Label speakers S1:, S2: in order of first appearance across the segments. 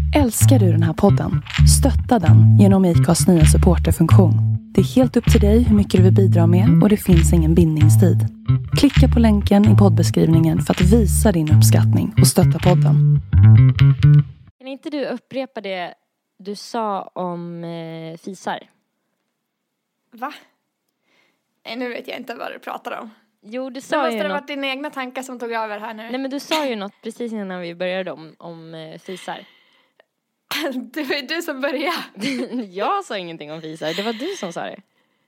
S1: Älskar du den här podden? Stötta den genom IKAs nya supporterfunktion. Det är helt upp till dig hur mycket du vill bidra med och det finns ingen bindningstid. Klicka på länken i poddbeskrivningen för att visa din uppskattning och stötta podden.
S2: Kan inte du upprepa det du sa om fisar?
S3: Va? Nej, nu vet jag inte vad du pratar om.
S2: Jo, du
S3: Det
S2: sa
S3: måste
S2: ju
S3: ha
S2: något.
S3: varit dina egna tankar som tog över här nu.
S2: Nej, men du sa ju något precis innan vi började om fisar.
S3: Det var ju du som började.
S2: Jag sa ingenting om fisar, det var du som sa det.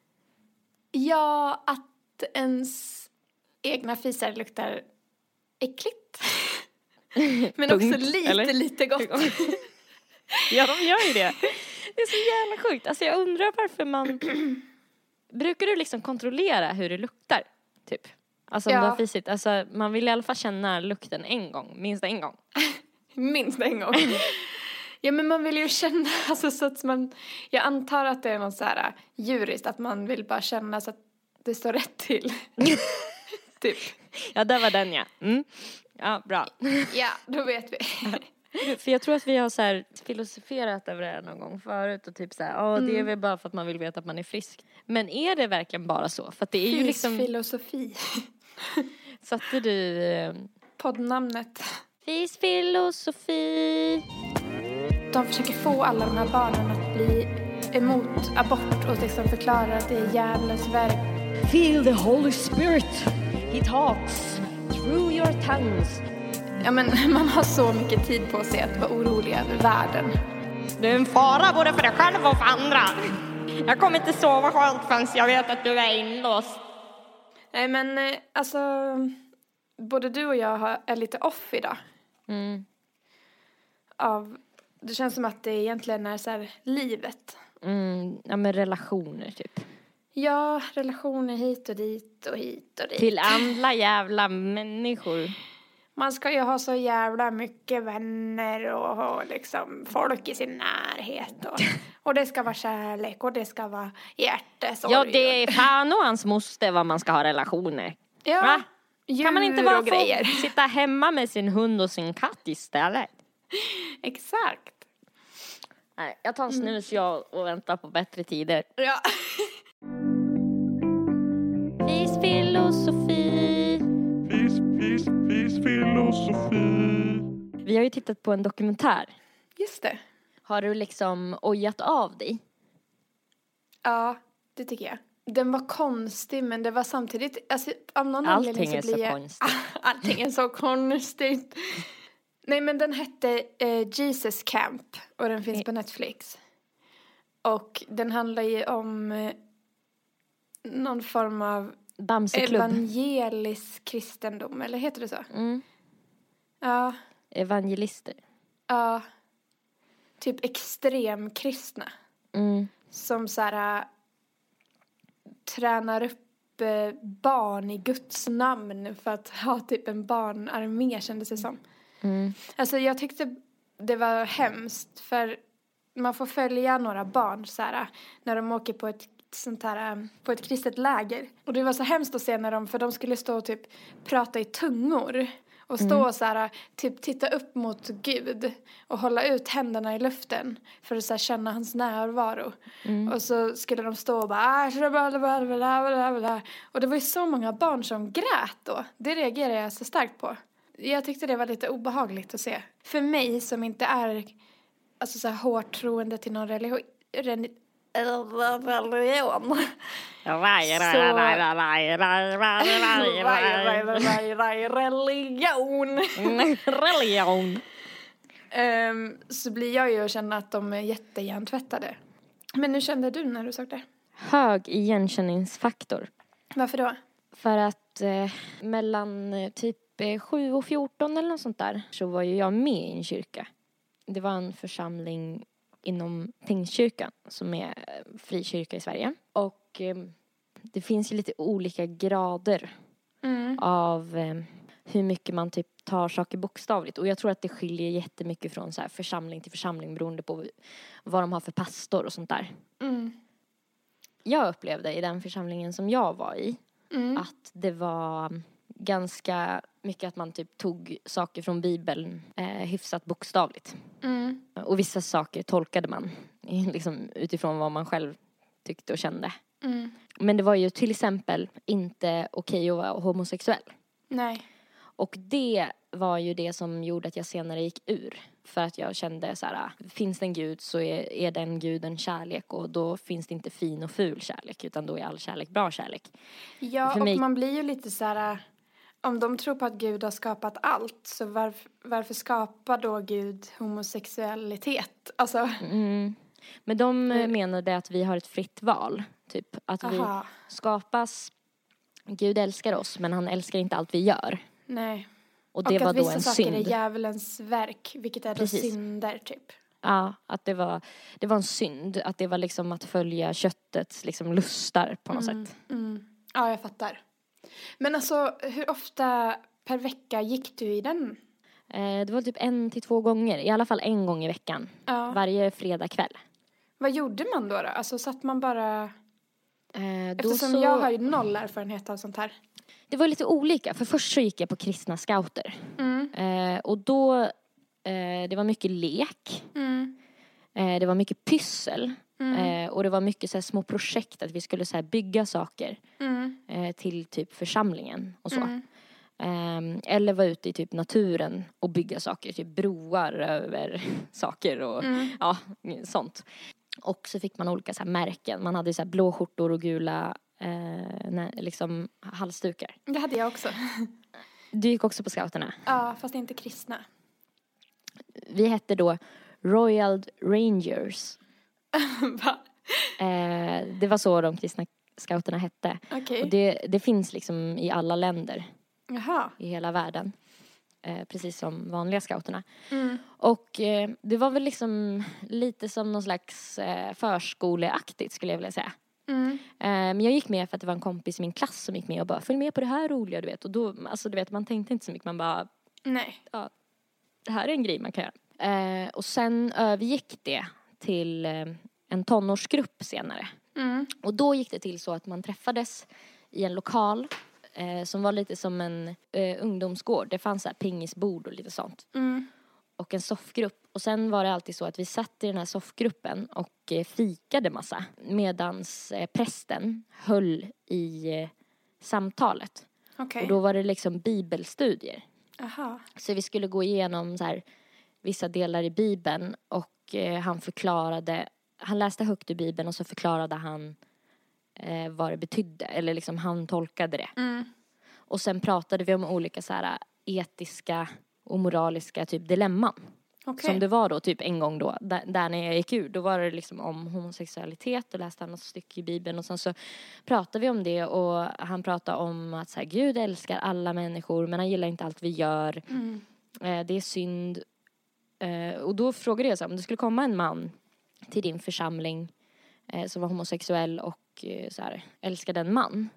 S3: Ja, att ens egna fisar luktar äckligt. Men
S2: Punkt,
S3: också lite,
S2: eller?
S3: lite gott.
S2: Ja, de gör ju det. Det är så jävla sjukt. Alltså jag undrar varför man... Brukar du liksom kontrollera hur det luktar? Typ. Alltså om
S3: Ja.
S2: du har fisit. Alltså man vill i alla fall känna lukten en gång. Minst en gång.
S3: Minst en gång. Ja, men man vill ju känna, alltså så att man... Jag antar att det är något så här djuriskt, att man vill bara känna så att det står rätt till. Typ.
S2: Ja, där var den, ja. Mm. Ja, bra.
S3: Ja, då vet vi.
S2: För jag tror att vi har så här filosoferat över det här någon gång förut. Och typ så här, det är väl bara för att man vill veta att man är frisk. Men är det verkligen bara så? För att det är ju liksom...
S3: Filosofi.
S2: Satte du...
S3: Poddnamnet.
S2: Fisfilosofi.
S3: De försöker få alla de här barnen att bli emot abort och liksom förklara att det är djävulens verk.
S4: Feel the Holy Spirit. He talks through your tongues.
S3: Ja, men man har så mycket tid på sig att vara orolig över världen.
S4: Du är en fara både för dig själv och för andra. Jag kommer inte sova skönt förrän jag vet att du är inlåst.
S3: Nej, men alltså, både du och jag är lite off idag.
S2: Mm.
S3: Det känns som att det egentligen är så här livet.
S2: Ja, med relationer typ.
S3: Ja, relationer hit och dit och hit och dit.
S2: Till andra jävla människor.
S3: Man ska ju ha så jävla mycket vänner och liksom folk i sin närhet. Och det ska vara kärlek och det ska vara hjärtesorg.
S2: Ja, det är fan och hans moster vad man ska ha relationer.
S3: Ja,
S2: Va? Kan man inte bara
S3: och grejer.
S2: få sitta hemma med sin hund och sin katt istället?
S3: Exakt.
S2: Nej, jag tar en snus och väntar på bättre tider.
S3: Ja.
S2: Fisfilosofi.
S5: Filosofi.
S2: Vi har ju tittat på en dokumentär.
S3: Just det.
S2: Har du liksom ojat av dig?
S3: Ja, det tycker jag. Den var konstig, men det var samtidigt... Alltså, av någon
S2: Allting
S3: anledning
S2: är
S3: så blir
S2: så
S3: jag...
S2: konstigt.
S3: Allting är så konstigt. Nej, men den hette Jesus Camp och den finns på Netflix. Och den handlar ju om någon form av
S2: Bamseklubb.
S3: evangelisk kristendom, eller heter det så?
S2: Mm.
S3: Ja,
S2: Evangelister.
S3: ja. Typ extremkristna.
S2: Mm.
S3: Som så här tränar upp barn i Guds namn för att ha typ en barnarmé, kändes det som.
S2: Mm.
S3: Alltså jag tyckte det var hemskt, för man får följa några barn så här när de åker på ett sånt här, på ett kristet läger. Och det var så hemskt att se för de skulle stå och typ prata i tungor. Och stå så här, typ titta upp mot Gud. Och hålla ut händerna i luften. För att så här, känna hans närvaro. Och så skulle de stå och bara... Och det var ju så många barn som grät då. Det reagerade jag så starkt på. Jag tyckte det var lite obehagligt att se. För mig som inte är alltså, så här, hårt troende till någon religion.
S2: Religion.
S3: Så blir jag ju att känna att de är jättehjärntvättade. Men hur kände du när du såg det?
S2: Hög igenkänningsfaktor.
S3: Varför då?
S2: För att mellan typ 7 och 14 eller något sånt där så var ju jag med i en kyrka. Det var en församling inom Pingstkyrkan som är frikyrka i Sverige. Och det finns ju lite olika grader av hur mycket man typ tar saker bokstavligt. Och jag tror att det skiljer jättemycket från så här församling till församling beroende på vad de har för pastor och sånt där. Jag upplevde i den församlingen som jag var i att det var ganska mycket att man typ tog saker från Bibeln hyfsat bokstavligt.
S3: Mm.
S2: Och vissa saker tolkade man liksom utifrån vad man själv tyckte och kände.
S3: Mm.
S2: Men det var ju till exempel inte okej att vara homosexuell.
S3: Nej.
S2: Och det var ju det som gjorde att jag senare gick ur. För att jag kände så här, finns det en gud så är den guden kärlek. Och då finns det inte fin och ful kärlek, utan då är all kärlek bra kärlek.
S3: Ja,
S2: För
S3: och
S2: mig...
S3: man blir ju lite så här, om de tror på att Gud har skapat allt, så varför skapar då Gud homosexualitet? Alltså...
S2: Mm. Men de menade att vi har ett fritt val. Typ att vi skapas, Gud älskar oss, men han älskar inte allt vi gör.
S3: Nej.
S2: Och det var
S3: att
S2: då
S3: vissa
S2: en
S3: saker
S2: synd.
S3: är djävulens verk, vilket är då synder typ.
S2: Ja, att det var en synd. Att det var liksom att följa köttets liksom lustar på något sätt.
S3: Mm. Ja, jag fattar. Men alltså, hur ofta per vecka gick du i den?
S2: Det var typ 1 till 2 gånger. I alla fall 1 gång i veckan.
S3: Ja.
S2: Varje fredag kväll.
S3: Vad gjorde man då? Alltså satt man bara... Eftersom
S2: så...
S3: jag har ju 0 erfarenhet av sånt här.
S2: Det var lite olika. För först så gick jag på kristna scouter. Och då... det var mycket lek. Det var mycket pyssel. Och det var mycket så här små projekt. Att vi skulle så här bygga saker. Till typ församlingen och så. Eller vara ute i typ naturen och bygga saker. Typ broar över saker och ja, sånt. Och så fick man olika så här märken. Man hade så här blå skjortor och gula liksom halsdukar.
S3: Det hade jag också.
S2: Du gick också på scouterna?
S3: Ja, fast inte kristna.
S2: Vi hette då Royal Rangers.
S3: Va?
S2: Det var så de kristna scouterna hette.
S3: Okay.
S2: Och det finns liksom i alla länder.
S3: Jaha.
S2: I hela världen. Precis som vanliga scouterna. Och det var väl liksom lite som någon slags förskoleaktigt skulle jag vilja säga. Men jag gick med för att det var en kompis i min klass som gick med och bara följ med på det här roliga, du vet. Och då, alltså du vet, man tänkte inte så mycket, man bara
S3: nej.
S2: Ja, det här är en grej man kan göra. Och sen övergick det till en tonårsgrupp senare. Och då gick det till så att man träffades i en lokal som var lite som en ungdomsgård. Det fanns så här pingisbord och lite sånt. Och en soffgrupp. Och sen var det alltid så att vi satt i den här soffgruppen och fikade massa. Medans prästen höll i samtalet.
S3: Okay.
S2: Och då var det liksom bibelstudier.
S3: Aha.
S2: Så vi skulle gå igenom så här, vissa delar i Bibeln. Och han läste högt ur Bibeln och så förklarade han vad det betydde. Eller liksom han tolkade det. Och sen pratade vi om olika så här etiska och moraliska typ dilemman. Okay. Som det var då typ en gång då. Där när jag gick ur. Då var det liksom om homosexualitet. Och läste han något stycke i Bibeln. Och sen så pratade vi om det. Och han pratade om att så här, Gud älskar alla människor. Men han gillar inte allt vi gör. Det är synd. Och då frågade jag så här, om det skulle komma en man till din församling. Som var homosexuell och så här, älskade en man.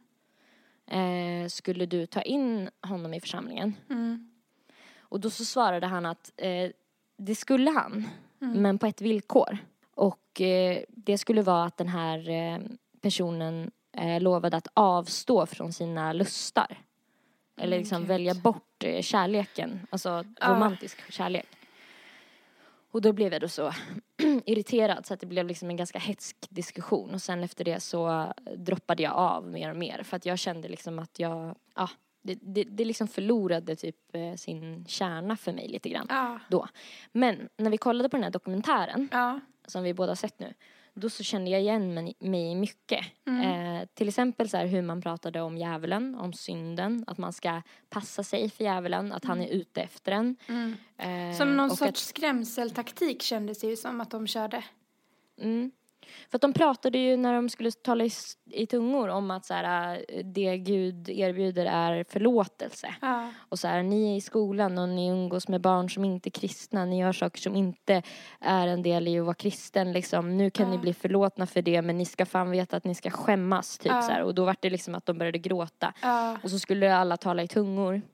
S2: Skulle du ta in honom i församlingen? Och då så svarade han att det skulle han. Men på ett villkor. Och det skulle vara att den här personen lovade att avstå från sina lustar. Eller liksom välja bort kärleken. Alltså romantisk kärlek. Och då blev jag då så irriterad så att det blev liksom en ganska hetsk diskussion. Och sen efter det så droppade jag av mer och mer. För att jag kände liksom att det liksom förlorade typ sin kärna för mig lite grann då. Men när vi kollade på den här dokumentären som vi båda har sett nu. Då så kände jag igen mig mycket. Till exempel så här hur man pratade om djävulen, om synden. Att man ska passa sig för djävulen, att han är ute efter en.
S3: Som någon sorts skrämseltaktik kändes det ju som att de körde.
S2: För att de pratade ju när de skulle tala i tungor om att så här, det Gud erbjuder är förlåtelse. Och så här, ni är i skolan och ni umgås med barn som inte är kristna. Ni gör saker som inte är en del i att vara kristen. Liksom. Nu kan ni bli förlåtna för det, men ni ska fan veta att ni ska skämmas. Typ, så här. Och då var det liksom att de började gråta. Och så skulle alla tala i tungor.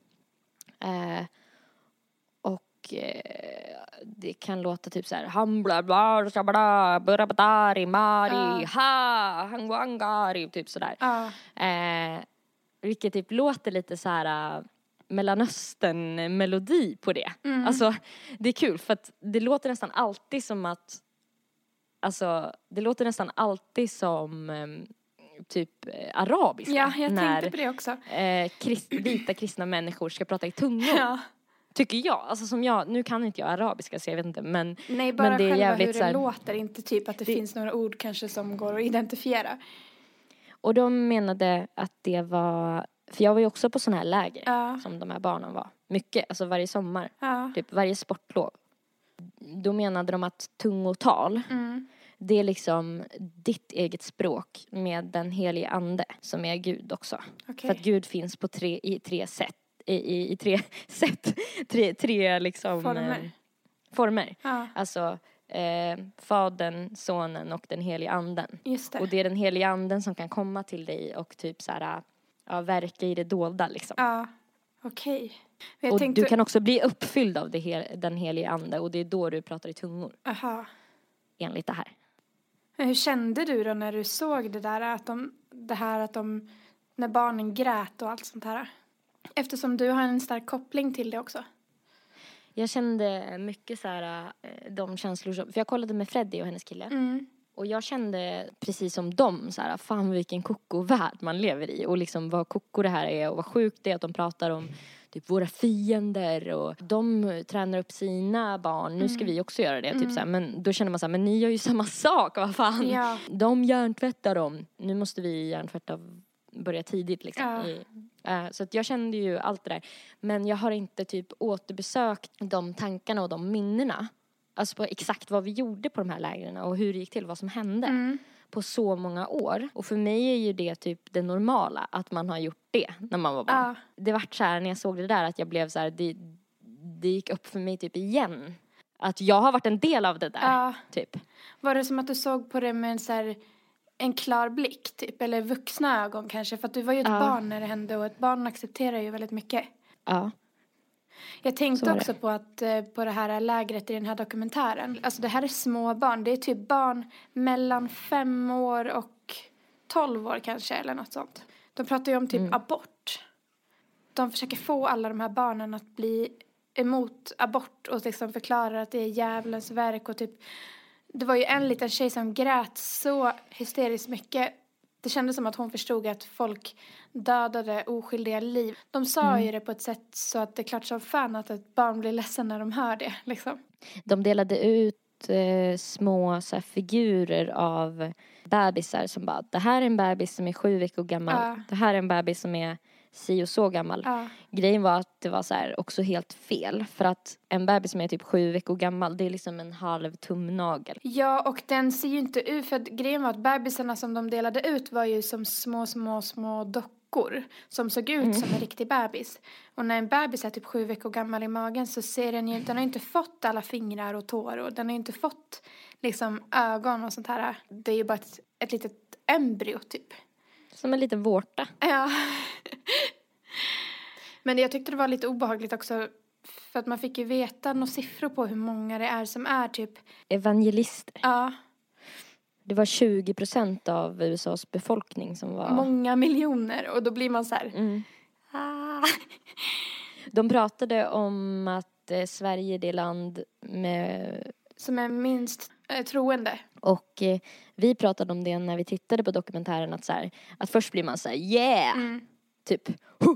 S2: Det kan låta typ så här hambla bla bla burabadari mari ha hangwangari typ så där. Vilket typ låter lite så här Mellanöstern-melodi på det. Alltså, det är kul för att det låter nästan alltid som att, alltså, det låter nästan alltid som typ arabiska.
S3: Ja, jag
S2: när,
S3: tänkte på det också.
S2: Vita kristna människor ska prata i tungor.
S3: Ja.
S2: Tycker jag. Alltså som jag, nu kan inte jag arabiska så jag vet inte, men
S3: Nej, bara
S2: men det är
S3: själva
S2: jävligt
S3: hur det
S2: så här,
S3: låter, inte typ att det finns några ord kanske som går att identifiera.
S2: Och de menade att det var, för jag var ju också på sån här läger som de här barnen var. Mycket, alltså varje sommar. Typ varje sportlov. Då menade de att tungotal, det är liksom ditt eget språk med den helige ande som är Gud också.
S3: Okay.
S2: För att Gud finns på tre sätt. I tre sätt. Tre liksom former.
S3: Ja.
S2: Alltså Fadern, Sonen och den helige anden.
S3: Just det.
S2: Och det är den helige anden som kan komma till dig och typ så här, verka i det dolda liksom.
S3: Ja, okej. Okay.
S2: Och du kan också bli uppfylld av den helige ande och det är då du pratar i tungor.
S3: Aha.
S2: Enligt det här.
S3: Men hur kände du då när du såg det där att när barnen grät och allt sånt här? Eftersom du har en stark koppling till det också.
S2: Jag kände mycket så här, de känslor som, för jag kollade med Freddie och hennes kille. Och jag kände precis som dem så här, fan vilken koko-värld man lever i. Och liksom vad koko det här är och vad sjukt det är att de pratar om typ våra fiender. Och de tränar upp sina barn, nu ska vi också göra det. Typ så här. Men då känner man så här, men ni gör ju samma sak, vad fan.
S3: Ja.
S2: De hjärntvättar dem, nu måste vi hjärntvätta, börja tidigt liksom. Så att jag kände ju allt det där. Men jag har inte typ återbesökt de tankarna och de minnena. Alltså på exakt vad vi gjorde på de här lägren och hur det gick till, vad som hände på så många år. Och för mig är ju det typ det normala, att man har gjort det när man var barn. Det vart så här när jag såg det där att jag blev så här, det gick upp för mig typ igen. Att jag har varit en del av det där, typ.
S3: Var det som att du såg på det med en klar blick typ, eller vuxna ögon kanske? För att du var ju ett barn när det hände och ett barn accepterar ju väldigt mycket.
S2: Ja.
S3: Jag tänkte också på det här lägret i den här dokumentären. Alltså det här är små barn. Det är typ barn mellan 5 år och 12 år kanske eller något sånt. De pratar ju om typ abort. De försöker få alla de här barnen att bli emot abort och liksom förklarar att det är djävulens verk och typ. Det var ju en liten tjej som grät så hysteriskt mycket. Det kändes som att hon förstod att folk dödade oskyldiga liv. De sa ju det på ett sätt så att det är klart som fan att ett barn blir ledsen när de hör det. Liksom.
S2: De delade ut små så här, figurer av bebisar som bara, det här är en bebis som är 7 veckor gammal. Det här är en bebis som är si och så gammal. Grejen var att det var så här också helt fel. För att en bebis som är typ 7 veckor gammal, det är liksom en halv tumnagel.
S3: Ja, och den ser ju inte ut, för att grejen var att bebisarna som de delade ut var ju som små dockor. Som såg ut som en riktig bebis. Och när en bebis är typ 7 veckor gammal i magen så ser den har inte fått alla fingrar och tår. Och den har inte fått liksom ögon och sånt här. Det är ju bara ett litet embryo typ.
S2: Som en liten vårta.
S3: Ja. Men jag tyckte det var lite obehagligt också. För att man fick ju veta några siffror på hur många det är som är typ
S2: evangelister.
S3: Ja.
S2: Det var 20% av USAs befolkning som var
S3: många miljoner. Och då blir man så här
S2: De pratade om att Sverige är det land
S3: som är minst troende.
S2: Och vi pratade om det när vi tittade på dokumentären att, så här, att först blir man så här, yeah! Typ,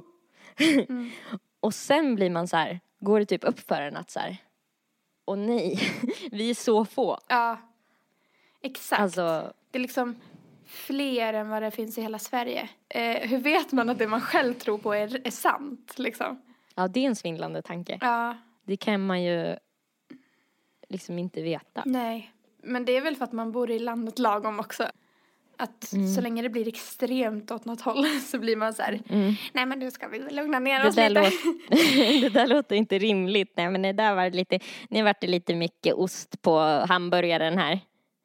S2: Och sen blir man så här, går det typ upp för en att så här, och nej, vi är så få.
S3: Ja, exakt.
S2: Alltså,
S3: det är liksom fler än vad det finns i hela Sverige. Hur vet man att det man själv tror på är sant liksom?
S2: Ja, det är en svindlande tanke.
S3: Ja.
S2: Det kan man ju liksom inte veta.
S3: Nej, men det är väl för att man bor i landet lagom också. Att så länge det blir extremt åt något håll så blir man så här, nej men nu ska vi lugna ner oss lite.
S2: Det där låter inte rimligt. Nej men det där var lite, nu var det lite mycket ost på hamburgaren här.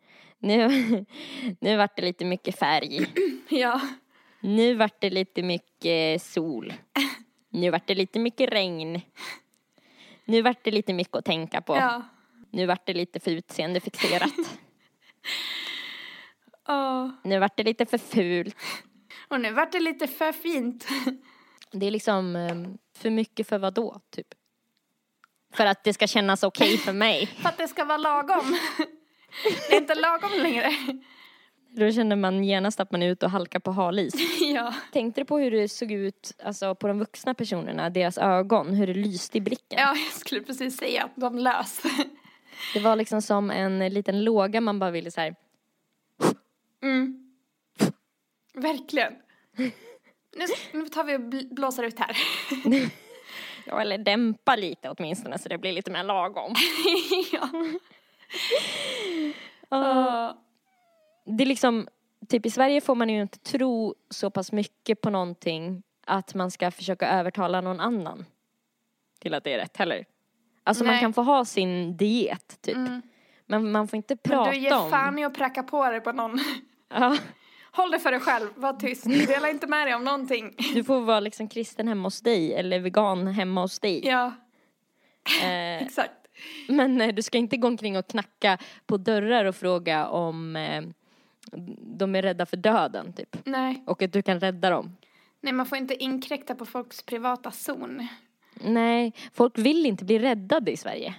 S2: Nu var det lite mycket färg.
S3: Ja.
S2: Nu var det lite mycket sol. Nu var det lite mycket regn. Nu var det lite mycket att tänka på.
S3: Ja.
S2: Nu var det lite för utseendefixerat. Nu var det lite för fult.
S3: Och nu var det lite för fint.
S2: Det är liksom För mycket för vad då, typ? För att det ska kännas okej för mig.
S3: För att det ska vara lagom. Det är inte lagom längre.
S2: Då känner man genast att man är ute och halkar på halis.
S3: Ja.
S2: Tänkte du på hur det såg ut alltså, på de vuxna personerna, deras ögon, hur det lyste i blicken?
S3: Ja, jag skulle precis säga att de lös.
S2: Det var liksom som en liten låga man bara ville så här.
S3: Mm. Verkligen. Nu tar vi och blåser ut här.
S2: Ja, eller dämpa lite åtminstone så det blir lite mer lagom.
S3: Ja.
S2: Det är liksom, typ i Sverige får man ju inte tro så pass mycket på någonting att man ska försöka övertala någon annan till att det är rätt heller. Alltså man kan få ha sin diet typ. Men man får inte prata om...
S3: Men du ger fan i att pracka på dig på någon.
S2: Ja.
S3: Håll det för dig själv, var tyst. Dela inte med dig om någonting.
S2: Du får vara liksom kristen hemma hos dig eller vegan hemma hos dig.
S3: Ja, exakt.
S2: Men du ska inte gå omkring och knacka på dörrar och fråga om de är rädda för döden typ.
S3: Nej.
S2: Och att du kan rädda dem.
S3: Nej, man får inte inkräkta på folks privata zon.
S2: Nej, folk vill inte bli räddade i Sverige.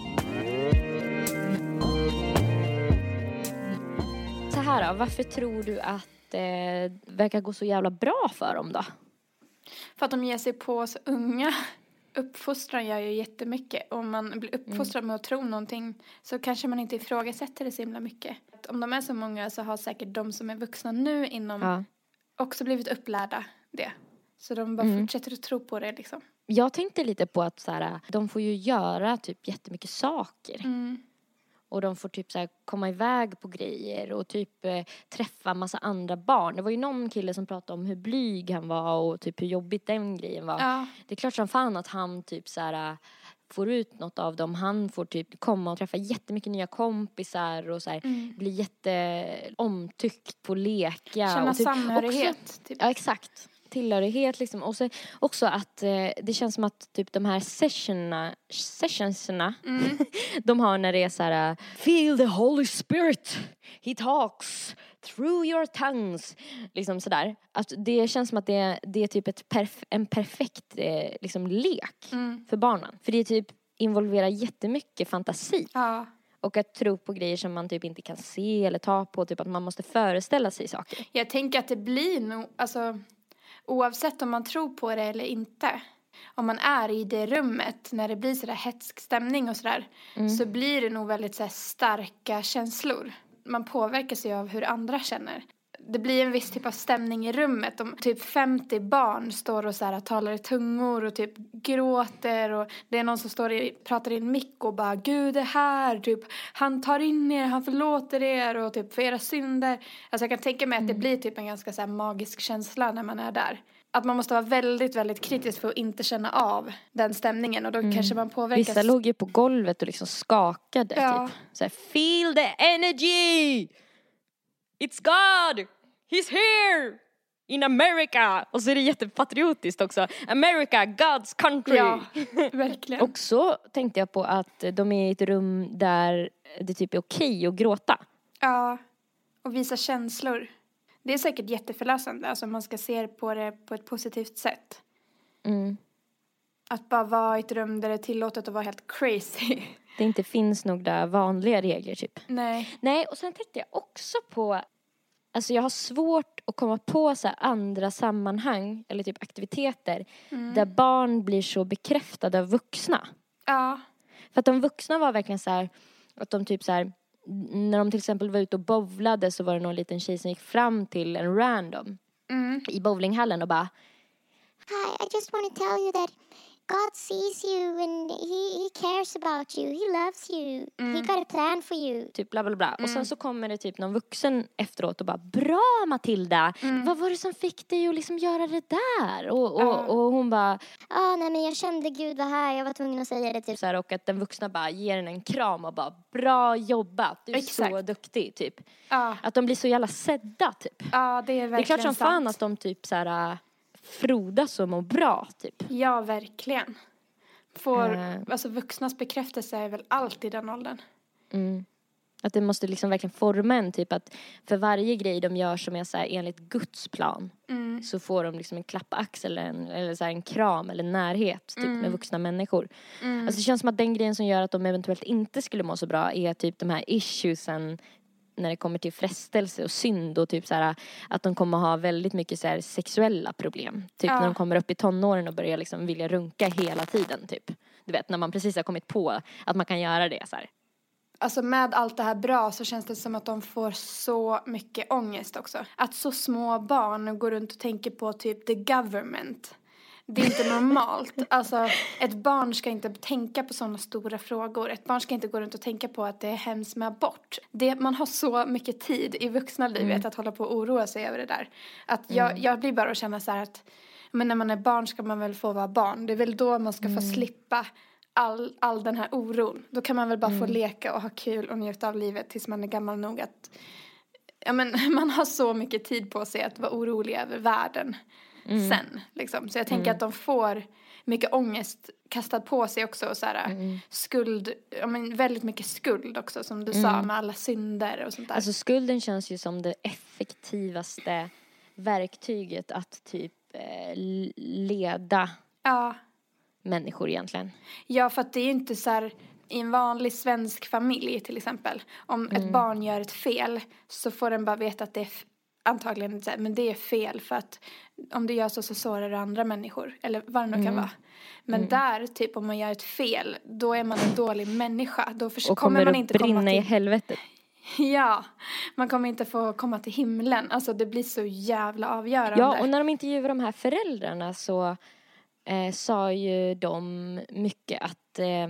S2: Så här då, varför tror du att det verkar gå så jävla bra för dem då?
S3: För att de ger sig på så unga. Uppfostran gör ju jättemycket. Om man blir uppfostrad med att tro någonting så kanske man inte ifrågasätter det så himla mycket. Om de är så många så har säkert de som är vuxna nu inom också blivit upplärda det. Så de bara fortsätter att tro på det liksom.
S2: Jag tänkte lite på att så här, de får ju göra typ jättemycket saker. Och de får typ så här komma iväg på grejer och typ träffa massa andra barn. Det var ju någon kille som pratade om hur blyg han var och typ hur jobbigt den grejen var. Ja. Det är klart som fan att han typ så här får ut något av dem. Han får typ komma och träffa jättemycket nya kompisar och så här bli jätteomtyckt, få leka.
S3: Känna
S2: och typ
S3: samhörighet.
S2: Också,
S3: typ.
S2: Ja, exakt. Tillhörighet liksom. Och så, också att det känns som att typ de här sessionsna de har när det är så här feel the Holy Spirit, he talks through your tongues liksom sådär. Att det känns som att det är typ en perfekt liksom lek för barnen. För det typ involverar jättemycket fantasi.
S3: Ja.
S2: Och att tro på grejer som man typ inte kan se eller ta på. Typ att man måste föreställa sig saker.
S3: Jag tänker att det blir nog, alltså oavsett om man tror på det eller inte. Om man är i det rummet när det blir sådär hetsk stämning och sådär. Så blir det nog väldigt sådär starka känslor. Man påverkas ju av hur andra känner. Det blir en viss typ av stämning i rummet. Om typ 50 barn står och så här, talar i tungor och typ gråter. Och det är någon som pratar i en mick och bara Gud är här. Typ, han tar in er, han förlåter er och typ för era synder. Alltså jag kan tänka mig att det blir typ en ganska så här magisk känsla när man är där. Att man måste vara väldigt, väldigt kritisk för att inte känna av den stämningen. Och då kanske man påverkas.
S2: Vissa låg ju på golvet och liksom skakade. Typ. Så här, feel the energy! It's God! He's here! In America! Och så är det jättepatriotiskt också. America, God's country!
S3: Ja, verkligen.
S2: Och så tänkte jag på att de är i ett rum där det typ är okej att gråta.
S3: Ja, och visa känslor. Det är säkert jätteförlösande. Alltså man ska se på det på ett positivt sätt. Att bara vara i ett rum där det är tillåtet att vara helt crazy.
S2: Det inte finns några vanliga regler typ. Nej, och sen tänkte jag också på... Alltså jag har svårt att komma på så här andra sammanhang eller typ aktiviteter där barn blir så bekräftade av vuxna.
S3: Ja.
S2: För att de vuxna var verkligen så här att de typ så här när de till exempel var ute och bowlade så var det någon liten tjej som gick fram till en random i bowlinghallen och bara
S5: Hi, I just want to tell you that God sees you and he cares about you. He loves you. He got a plan for you.
S2: Typ bla bla bla. Och sen så kommer det typ någon vuxen efteråt och bara bra Matilda. Vad var det som fick dig att liksom göra det där? Och hon bara
S5: nej men jag kände Gud var här. Jag var tvungen att säga det typ.
S2: Så här, och att den vuxna bara ger henne en kram och bara bra jobbat. Du är så duktig typ. Att de blir så jävla sedda typ.
S3: Ja, det är verkligen sant.
S2: Det är klart som fan att de typ så här frodas och mår bra typ.
S3: Ja, verkligen. Alltså vuxnas bekräftelse är väl allt i den åldern.
S2: Att det måste liksom verkligen forma en typ att för varje grej de gör som är så här enligt Guds plan så får de liksom en klapp på axeln eller så här en kram eller närhet typ med vuxna människor. Alltså det känns som att den grejen som gör att de eventuellt inte skulle må så bra är typ de här issuesen när det kommer till frestelse och synd och typ så här att de kommer ha väldigt mycket så här sexuella problem. Typ när de kommer upp i tonåren och börjar liksom vilja runka hela tiden typ. Du vet, när man precis har kommit på att man kan göra det så här.
S3: Alltså med allt det här bra så känns det som att de får så mycket ångest också. Att så små barn går runt och tänker på typ the government. Det är inte normalt. Alltså ett barn ska inte tänka på sådana stora frågor. Ett barn ska inte gå runt och tänka på att det är hemskt med abort. Man har så mycket tid i vuxna livet att hålla på och oroa sig över det där. Att jag blir bara att känna så här att men när man är barn ska man väl få vara barn. Det är väl då man ska få slippa all den här oron. Då kan man väl bara få leka och ha kul och njuta av livet tills man är gammal nog att man har så mycket tid på sig att vara orolig över världen sen. Liksom. Så jag tänker att de får mycket ångest kastad på sig också. Och så här, skuld, väldigt mycket skuld också som du sa med alla synder och sånt där.
S2: Alltså skulden känns ju som det effektivaste verktyget att typ leda människor egentligen. Ja,
S3: för att det är ju inte så här i en vanlig svensk familj till exempel. Om ett barn gör ett fel så får den bara veta att det är antagligen så här, men det är fel för att om du gör så sårar du andra människor. Eller vad det nu kan vara. Men där, typ om man gör ett fel, då är man en dålig människa. Då
S2: och kommer man inte brinna komma till i helvetet.
S3: Ja, man kommer inte få komma till himlen. Alltså det blir så jävla avgörande.
S2: Ja, och när de intervjuade de här föräldrarna så sa ju de mycket att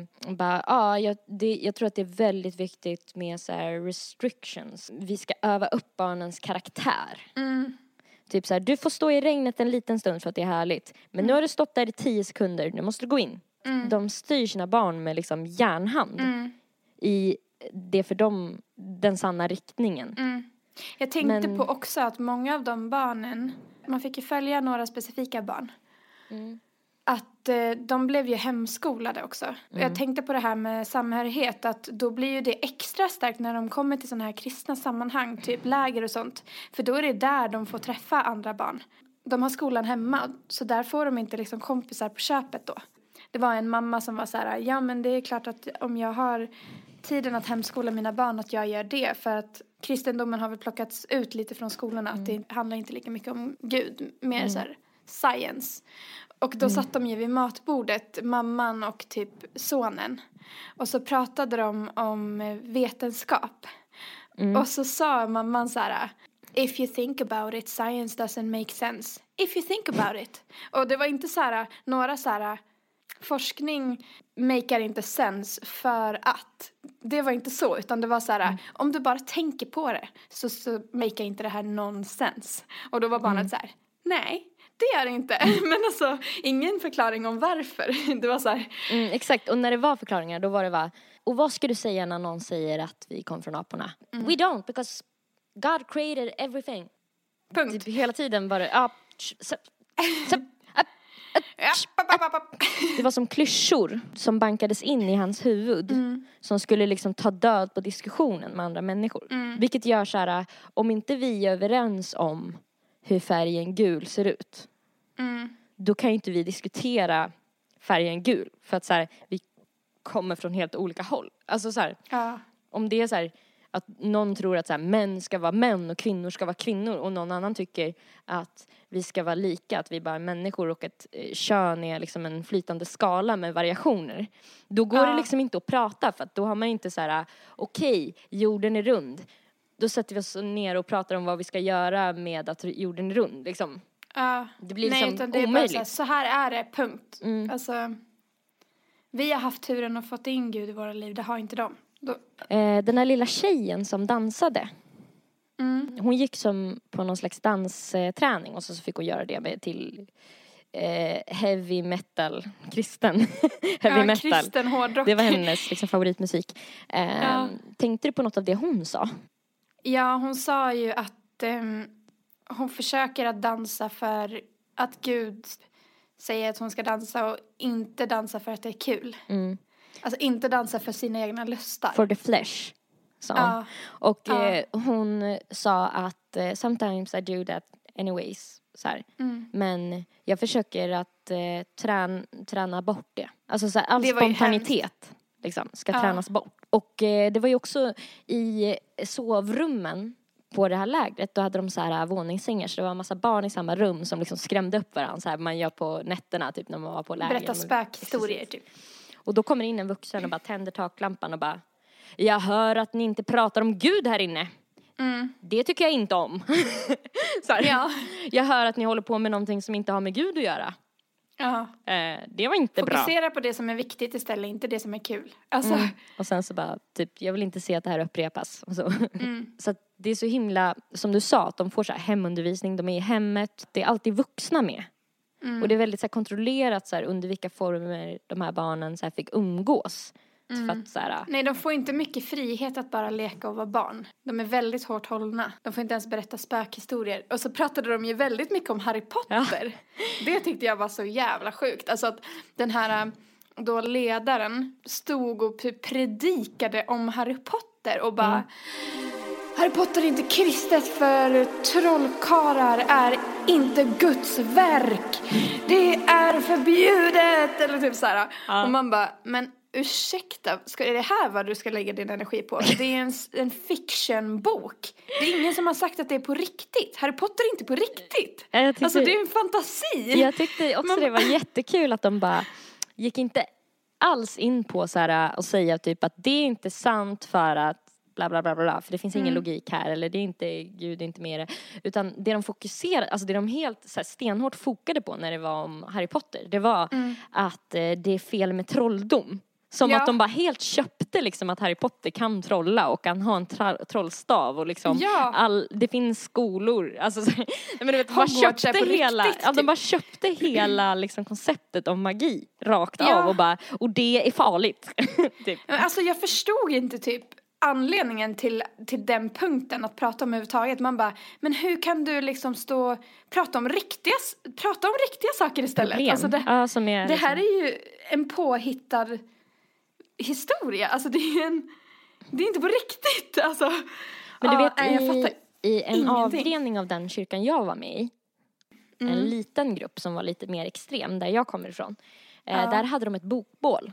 S2: jag tror att det är väldigt viktigt med så här restrictions. Vi ska öva upp barnens karaktär. Typ så här, du får stå i regnet en liten stund för att det är härligt. Men nu har du stått där i 10 sekunder, nu måste du gå in. De styr sina barn med liksom järnhand i det för dem den sanna riktningen.
S3: Jag tänkte på också att många av de barnen, man fick ju följa några specifika barn. Att de blev ju hemskolade också. Jag tänkte på det här med samhörighet. Att då blir ju det extra starkt när de kommer till sådana här kristna sammanhang. Typ läger och sånt. För då är det där de får träffa andra barn. De har skolan hemma. Så där får de inte liksom kompisar på köpet då. Det var en mamma som var så här. Ja men det är klart att om jag har tiden att hemskola mina barn att jag gör det. För att kristendomen har väl plockats ut lite från skolorna. Att det handlar inte lika mycket om Gud. Mer så här science. Och då satt de ju vid matbordet, mamman och typ sonen. Och så pratade de om vetenskap. Och så sa mamman så här: if you think about it, science doesn't make sense. If you think about it. Och det var inte så här, några så här, forskning makear inte sense för att. Det var inte så, utan det var så här, om du bara tänker på det så makear inte det här nonsens. Och då var barnet så här, nej. Det är det inte. Men alltså, ingen förklaring om varför. Det var så här.
S2: Exakt, och när det var förklaringar, då var det va. Och vad ska du säga när någon säger att vi kom från aporna? We don't, because God created everything.
S3: Punkt.
S2: Typ, hela tiden var det. Det var som klyschor som bankades in i hans huvud. Som skulle liksom ta död på diskussionen med andra människor. Vilket gör så här, om inte vi är överens om hur färgen gul ser ut. Då kan ju inte vi diskutera färgen gul. För att så här, vi kommer från helt olika håll. Alltså så här, om det är så här, att någon tror att så här, män ska vara män och kvinnor ska vara kvinnor. Och någon annan tycker att vi ska vara lika. Att vi bara är människor och att kön är liksom en flytande skala med variationer. Då går det liksom inte att prata. För att då har man inte så här, okej, jorden är rund. Då sätter vi oss ner och pratar om vad vi ska göra med att jorden är rund. Liksom. Det blir liksom
S3: utan det
S2: omöjligt.
S3: är bara så här är det, punkt. Alltså, vi har haft turen och fått in Gud i våra liv. Det har inte de.
S2: Den här lilla tjejen som dansade. Hon gick som på någon slags dansträning. Och så fick hon göra det till heavy metal. Kristen heavy metal.
S3: Kristen hårdrock.
S2: Det var hennes liksom, favoritmusik. Tänkte du på något av det hon sa?
S3: Ja, hon sa ju att hon försöker att dansa för att Gud säger att hon ska dansa och inte dansa för att det är kul. Alltså inte dansa för sina egna lustar.
S2: For the flesh. sa hon. Och hon sa att sometimes I do that anyways. Så här. Men jag försöker att träna bort det. Alltså så här, all spontanitet liksom, ska tränas bort. Och det var ju också i sovrummen på det här lägret. Då hade de så här våningssängar. Så det var en massa barn i samma rum som liksom skrämde upp varandra. Så här, man gör på nätterna typ när man var på läger.
S3: Berätta spökhistorier typ.
S2: Och då kommer in en vuxen och bara tänder taklampan och bara: jag hör att ni inte pratar om Gud här inne. Det tycker jag inte om. Så här, jag hör att ni håller på med någonting som inte har med Gud att göra. Det var inte bra.
S3: Fokusera på det som är viktigt istället, inte det som är kul. Alltså.
S2: Och sen så bara, typ, jag vill inte se att det här upprepas. Och så. Så att det är så himla, som du sa, att de får så här hemundervisning, de är i hemmet. Det är alltid vuxna med. Och det är väldigt så här kontrollerat så här, under vilka former de här barnen så här, fick umgås. För att, så här,
S3: nej, de får inte mycket frihet att bara leka och vara barn. De är väldigt hårt hållna. De får inte ens berätta spökhistorier. Och så pratade de ju väldigt mycket om Harry Potter. Det tyckte jag var så jävla sjukt. Alltså att den här då ledaren stod och predikade om Harry Potter och bara... Harry Potter är inte kristet, för trollkarlar är inte Guds verk. Det är förbjudet. Eller typ så här. Och man bara, men ursäkta, är det här vad du ska lägga din energi på? Det är en fictionbok. Det är ingen som har sagt att det är på riktigt. Harry Potter är inte på riktigt. Alltså det är en fantasi.
S2: Jag tyckte också det var jättekul att de bara gick inte alls in på så här och säga typ att det är inte sant för att bla bla bla bla, för det finns ingen logik här, eller det är inte Gud, är inte mer, utan det de fokuserade, alltså det de helt så här, stenhårt fokade på när det var om Harry Potter, det var att det är fel med trolldom. Som att de bara helt köpte liksom att Harry Potter kan trolla och kan ha en trollstav och liksom det finns skolor, alltså så, men du vet, de bara köpte hela riktigt, typ. De bara köpte hela liksom konceptet om magi rakt av och det är farligt. Typ.
S3: Alltså jag förstod inte typ anledningen till den punkten att prata om överhuvudtaget. Man bara, men hur kan du liksom prata om riktiga saker istället?
S2: Problem.
S3: Alltså
S2: som är,
S3: det här är ju en påhittad historia. Alltså det är inte på riktigt. Alltså,
S2: men du vet,
S3: jag fattar
S2: i en avdelning av den kyrkan jag var med i, en liten grupp som var lite mer extrem, där jag kommer ifrån, där hade de ett bokbål.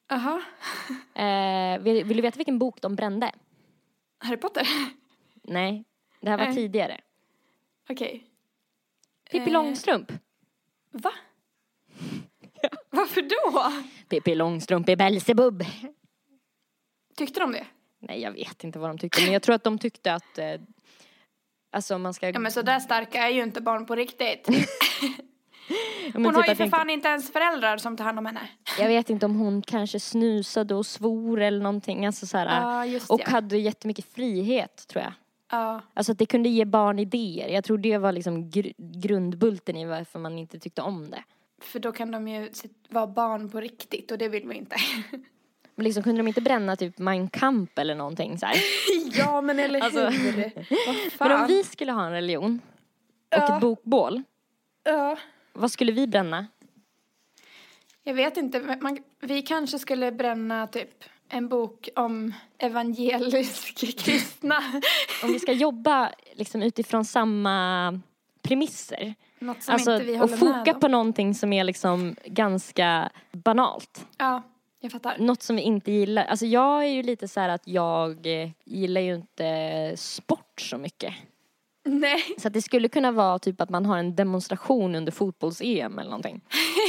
S2: Vill du veta vilken bok de brände?
S3: Harry Potter?
S2: Nej, det här var tidigare.
S3: Okej.
S2: Pippi Långstrump.
S3: Va? Varför då?
S2: Pippi Långstrump är Belzebub.
S3: Tyckte de det?
S2: Nej, jag vet inte vad de tyckte, men jag tror att de tyckte att alltså man ska...
S3: Ja, men så där starka är ju inte barn på riktigt. Hon
S2: typ
S3: har ju för fan inte ens föräldrar som tar hand om henne.
S2: Jag vet inte om hon kanske snusade och svor eller någonting. Alltså så här, och hade jättemycket frihet, tror jag. Alltså att det kunde ge barn idéer. Jag tror det var liksom grundbulten i varför man inte tyckte om det.
S3: För då kan de ju vara barn på riktigt, och det vill vi inte.
S2: Men liksom kunde de inte bränna typ Mein Kampf eller någonting så här?
S3: Ja, men eller hur?
S2: Men om vi skulle ha en religion och ett bokbål, vad skulle vi bränna?
S3: Jag vet inte. Vi kanske skulle bränna typ en bok om evangelisk kristna.
S2: Om vi ska jobba liksom utifrån samma premisser.
S3: Något som inte vi håller
S2: och foka på någonting som är liksom ganska banalt.
S3: Ja, jag fattar.
S2: Något som vi inte gillar. Alltså jag är ju lite så här att jag gillar ju inte sport så mycket.
S3: Nej.
S2: Så att det skulle kunna vara typ att man har en demonstration under fotbolls-EM eller någonting.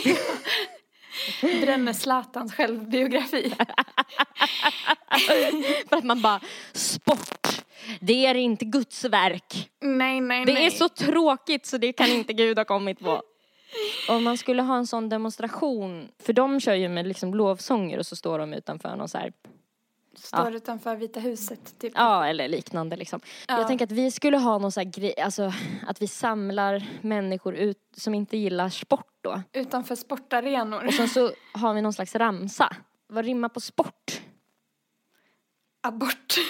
S3: Bränner Zlatans självbiografi.
S2: För att man bara, sport, det är inte Guds verk.
S3: Nej.
S2: Det är så tråkigt så det kan inte Gud ha kommit på. Om man skulle ha en sån demonstration, för de kör ju med liksom lovsånger och så står de utanför någon så här.
S3: Står utanför Vita huset typ.
S2: Ja, eller liknande liksom. Jag tänker att vi skulle ha någon så här grej, alltså att vi samlar människor ut som inte gillar sport då.
S3: Utanför sportarenor.
S2: Och sen så har vi någon slags ramsa. Vad rimmar på sport?
S3: Abort.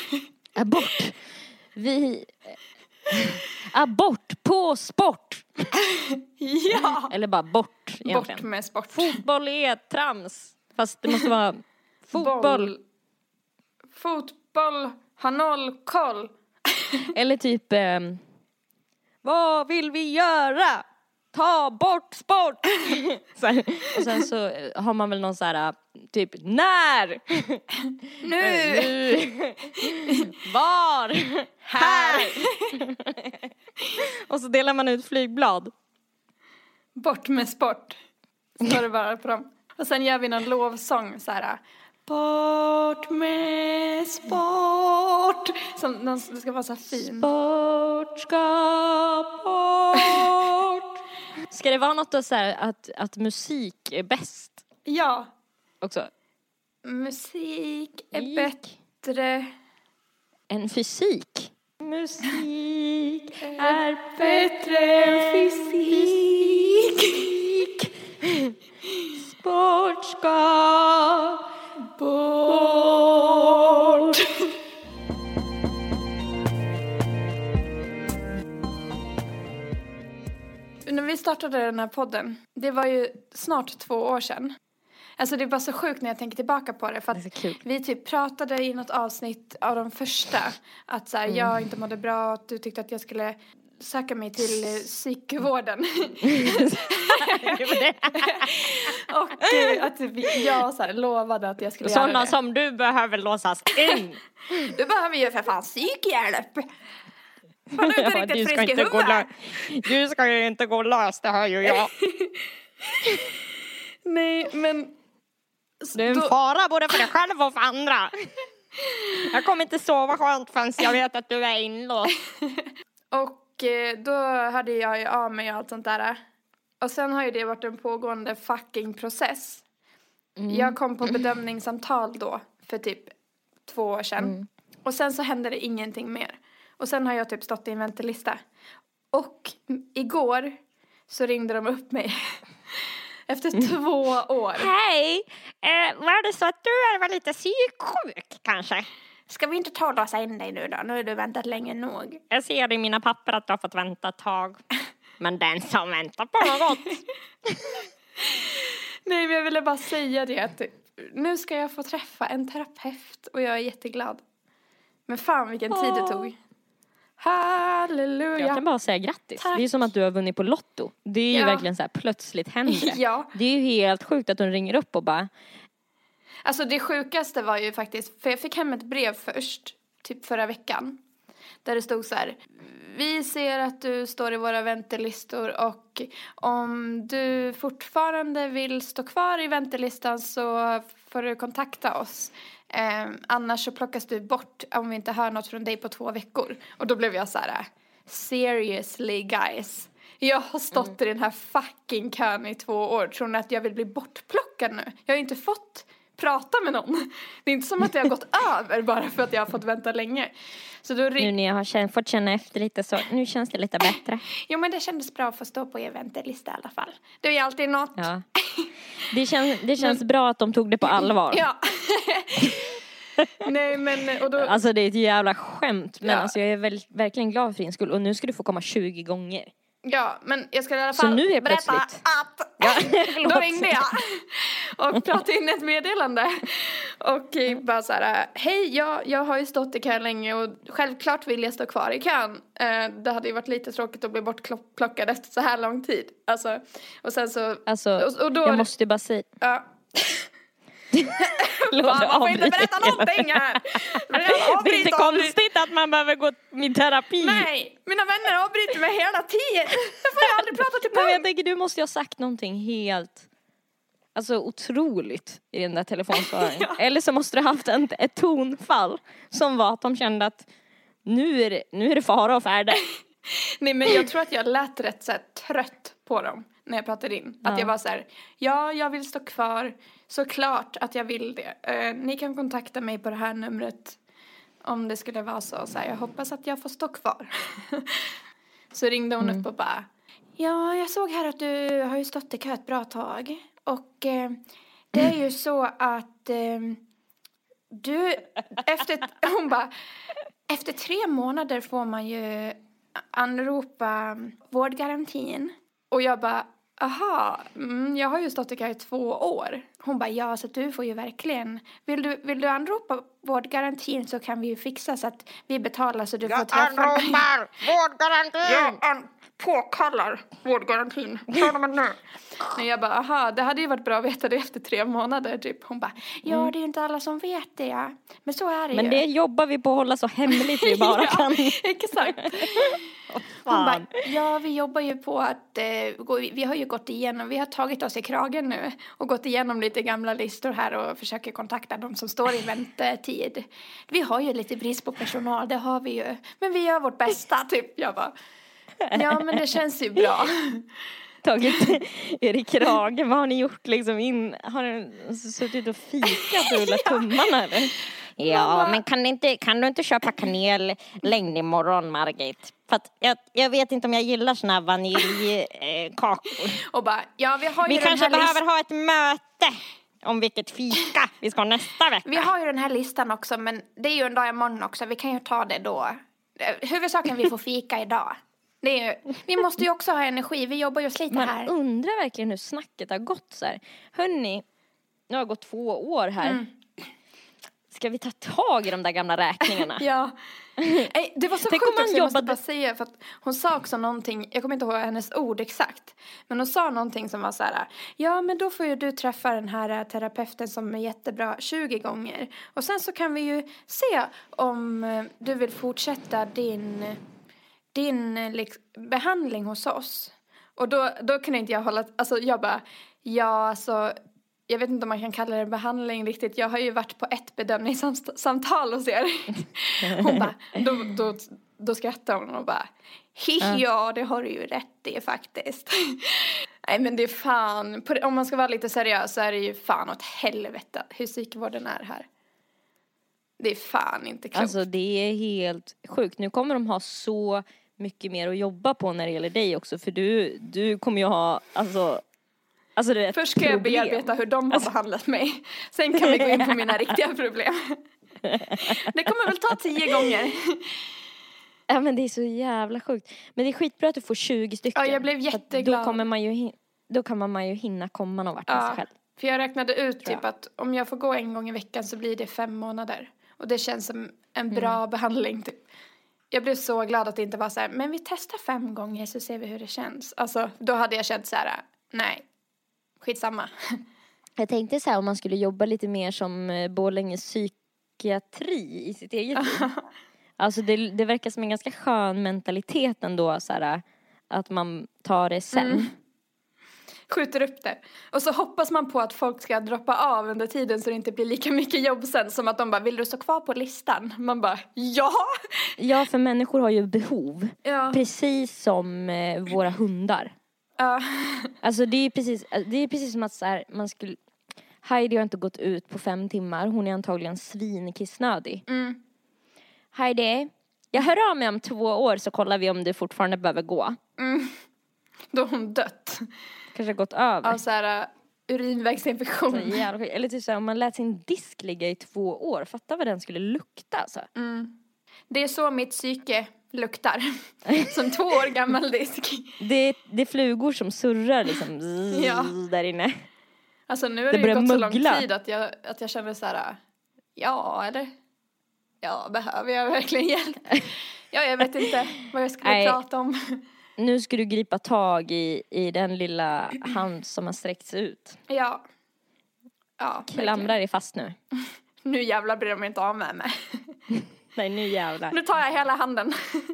S2: Abort på sport.
S3: Ja.
S2: Eller bara bort egentligen.
S3: Bort med sport.
S2: Fotboll är trams. Fast det måste vara fotboll.
S3: Fotboll Har noll koll.
S2: Eller typ, vad vill vi göra? Ta bort sport! Så här. Och sen så har man väl någon så här, typ, när?
S3: Nu!
S2: Var? Här! Och så delar man ut flygblad.
S3: Bort med sport. Står det bara på dem. Och sen gör vi någon lovsång så här. Bort med sport. Som det ska vara så fin.
S2: Sport ska bort. Ska det vara något då så här att musik är bäst
S3: Ja.
S2: också?
S3: Musik är bättre
S2: än fysik. Musik är
S3: bättre än fysik.
S2: Sport ska
S3: bort. När vi startade den här podden, det var ju snart 2 år sedan. Alltså det är bara så sjukt när jag tänker tillbaka på det. För att vi typ pratade i något avsnitt av de första. Att så här, jag inte mådde bra, att du tyckte att jag skulle söka mig till psykvården. Och att jag så här, lovade att jag skulle göra det.
S4: Sådana som du behöver låsas in.
S3: Du behöver ju för fan psykhjälp. Har du inte riktigt frisk i huvudet?
S4: Du ska ju inte gå lös, det hör ju jag.
S3: Nej, men...
S4: Du är en fara både för dig själv och för andra. Jag kommer inte sova skönt förrän jag vet att du är inlåst.
S3: Och då hade jag ju av mig allt sånt där. Och sen har ju det varit en pågående fucking process. Jag kom på bedömningssamtal då för typ 2 år sedan. Och sen så hände det ingenting mer. Och sen har jag typ stått i en väntelista. Och igår så ringde de upp mig. Efter 2 år.
S4: Hej, var det så att du var lite psyksjuk kanske?
S3: Ska vi inte ta och låsa in dig nu då? Nu har du väntat länge nog.
S4: Jag ser i mina papper att du har fått vänta ett tag. Men den som väntar på något.
S3: Nej, men jag ville bara säga det att nu ska jag få träffa en terapeut. Och jag är jätteglad. Men fan vilken tid det tog. Halleluja.
S2: Jag kan bara säga grattis.
S3: Tack.
S2: Det är ju som att du har vunnit på Lotto. Det är ju verkligen så här, plötsligt händer det.
S3: Ja.
S2: Det är ju helt sjukt att de ringer upp och bara...
S3: Alltså det sjukaste var ju faktiskt, för jag fick hem ett brev först, typ förra veckan. Där det stod så här: vi ser att du står i våra väntelistor och om du fortfarande vill stå kvar i väntelistan så får du kontakta oss. Annars så plockas du bort om vi inte hör något från dig på 2 veckor. Och då blev jag så här: seriously guys. Jag har stått i den här fucking kön i 2 år. Tror ni att jag vill bli bortplockad nu? Jag har inte fått prata med någon. Det är inte som att jag har gått över bara för att jag har fått vänta länge. Så då
S2: Nu när jag har fått känna efter lite så, nu känns det lite bättre.
S3: Jo, men det kändes bra att få stå på er väntelista i alla fall. Det är ju alltid något.
S2: Ja. Det känns bra att de tog det på allvar.
S3: Ja. Nej, men... Och då...
S2: Alltså det är ett jävla skämt. Men
S3: Ja.
S2: alltså jag är verkligen glad för din skull. Och nu ska du få komma 20 gånger.
S3: Ja, men jag ska i alla
S2: Så
S3: fall
S2: nu är
S3: berätta
S2: plötsligt-
S3: att då ringde jag och pratade in ett meddelande och bara så här: hej, jag har ju stått i kön länge och självklart vill jag stå kvar i kön. Det hade ju varit lite tråkigt att bli bortplockad efter så här lång tid. Alltså, och sen så...
S2: Alltså,
S3: och då,
S2: jag måste bara säga...
S3: Ja.
S2: Förlåt,
S3: Man
S2: jag
S3: får inte
S2: avbryter
S3: berätta
S2: hela
S3: någonting här.
S2: Det är inte konstigt att man behöver gå i terapi.
S3: Nej, mina vänner avbryter mig hela tiden. Jag får aldrig prata till
S2: Men jag
S3: punkt.
S2: tänker, du måste ju ha sagt någonting helt... Alltså otroligt i den där telefonsvararen.
S3: Ja.
S2: Eller så måste du ha haft ett tonfall som var att de kände att nu är det fara och färde.
S3: Nej, men jag tror att jag lät rätt så här trött på dem när jag pratade in. Att jag var så här: ja, jag vill stå kvar. Såklart att jag vill det. Ni kan kontakta mig på det här numret om det skulle vara så här, jag hoppas att jag får stå kvar. Så ringde hon upp och bara: ja, jag såg här att du har ju stått i kö ett bra tag. Och det är ju så att du hon bara: efter 3 månader får man ju anropa vårdgarantin. Och jag bara: aha, jag har ju stått i kö i 2 år. Hon bara, ja så du får ju verkligen, vill du anropa vårdgarantin så kan vi ju fixa så att vi betalar så du får träffa.
S4: Jag anropar vårdgarantin!
S3: Jag påkallar vårdgarantin. Från och med nu. Men jag bara, aha, det hade ju varit bra att veta det efter 3 månader typ. Hon bara, ja det är ju inte alla som vet det ja. Men så är det
S2: Men
S3: ju.
S2: det jobbar vi på att hålla så hemligt vi bara kan.
S3: Exakt. Hon bara, ja vi jobbar ju på att vi har ju gått igenom, vi har tagit oss i kragen nu och gått igenom lite gamla listor här och försöker kontakta de som står i väntetid. Vi har ju lite brist på personal, det har vi ju. Men vi gör vårt bästa typ. Jag bara, ja men det känns ju bra.
S2: Tagit er i kragen, vad har ni gjort liksom har ni suttit och fikat och rullat tummarna eller?
S4: Ja, men kan du inte köpa kanel längd imorgon, Margit? För att jag vet inte om jag gillar såna här vaniljkakor.
S3: Och bara, ja vi har ju
S4: Vi kanske behöver ha ett möte om vilket fika vi ska ha nästa vecka.
S3: Vi har ju den här listan också, men det är ju en dag imorgon också. Vi kan ju ta det då. Huvudsaken vi får fika idag. Det är ju, vi måste ju också ha energi. Vi jobbar ju lite här.
S2: Man undrar verkligen hur snacket har gått så här. Hörrni, nu har det gått 2 år här. Ska vi ta tag i de där gamla räkningarna?
S3: Ja. Det var så sjukt också, jag måste bara säga. För att hon sa också någonting, jag kommer inte ihåg hennes ord exakt. Men hon sa någonting som var så här, ja men då får ju du träffa den här terapeuten som är jättebra 20 gånger. Och sen så kan vi ju se om du vill fortsätta din behandling hos oss. Och då kunde inte jag hålla, alltså jag bara, ja alltså jag vet inte om man kan kalla det behandling riktigt. Jag har ju varit på ett bedömningssamtal hos er. Hon bara, då skrattade hon och bara, ja det har du ju rätt i faktiskt. Nej men det är fan, om man ska vara lite seriös så är det ju fan åt helvete hur psykvården är här. Det är fan inte klokt.
S2: Alltså det är helt sjukt. Nu kommer de ha så mycket mer att jobba på när det gäller dig också. För du kommer ju ha, alltså du vet,
S3: först ska jag bearbeta hur de har behandlat mig. Sen kan vi gå in på mina riktiga problem. Det kommer väl ta 10 gånger.
S2: Ja men det är så jävla sjukt. Men det är skitbra att du får 20 stycken.
S3: Ja jag blev jätteglad.
S2: Då kan man ju hinna komma någon vart med sig själv.
S3: För jag räknade ut typ att om jag får gå 1 gång i veckan så blir det 5 månader. Och det känns som en bra behandling typ. Jag blev så glad att det inte var så här, men vi testar 5 gånger så ser vi hur det känns. Alltså då hade jag känt så här, nej. Skitsamma.
S2: Jag tänkte så här om man skulle jobba lite mer som Borlänges psykiatri i sitt eget liv. Alltså det verkar som en ganska skön mentalitet ändå så här, att man tar det sen.
S3: Skjuter upp det. Och så hoppas man på att folk ska droppa av under tiden så det inte blir lika mycket jobb sen. Som att de bara, vill du stå kvar på listan? Man bara, ja!
S2: Ja, för människor har ju behov.
S3: Ja.
S2: Precis som våra hundar.
S3: Ja.
S2: Alltså det är precis som att så här, man skulle... Heidi har inte gått ut på 5 timmar. Hon är antagligen svinkissnödig. Heidi, jag hör av mig om 2 år så kollar vi om du fortfarande behöver gå.
S3: Då har hon dött.
S2: Kanske gått över.
S3: Av så här urinvägsinfektion.
S2: Eller typ så här, om man lät sin disk ligga i 2 år. Fatta vad den skulle lukta alltså.
S3: Det är så mitt psyke luktar. Som 2 år gammal disk.
S2: Det är flugor som surrar liksom där inne.
S3: Alltså nu har det ju gått så lång tid att jag känner så här, ja eller? Ja, behöver jag verkligen hjälp? Ja, jag vet inte vad jag skulle prata om.
S2: Nu ska du gripa tag i den lilla hand som har sträckts ut. Ja. Ja. Klamrar dig fast nu.
S3: Nu jävlar bryr de inte av med mig.
S2: Nej, nu jävlar.
S3: Nu tar jag hela handen.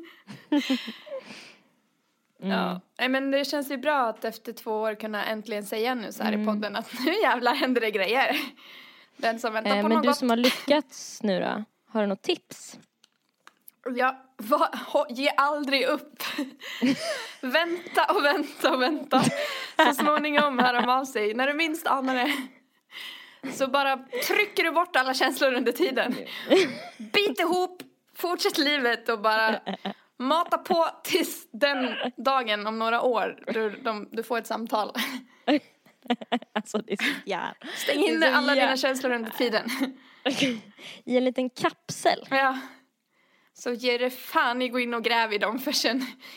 S3: Ja. Nej, men det känns ju bra att efter 2 år kunna äntligen säga nu så här i podden att nu jävlar händer det grejer. Den som väntar på
S2: men
S3: något.
S2: Du som har lyckats nu då, har du något tips?
S3: Ja, ge aldrig upp. Vänta och vänta och vänta. Så småningom hör de av sig. När du minst anar det. Så bara trycker du bort alla känslor under tiden. Bit ihop, fortsätt livet och bara mata på tills den dagen om några år du får ett samtal.
S2: Alltså det är så jävla...
S3: Stäng in alla dina känslor under tiden.
S2: I en liten kapsel.
S3: Ja. Så ger det fan i gå in och gräv i dem för sen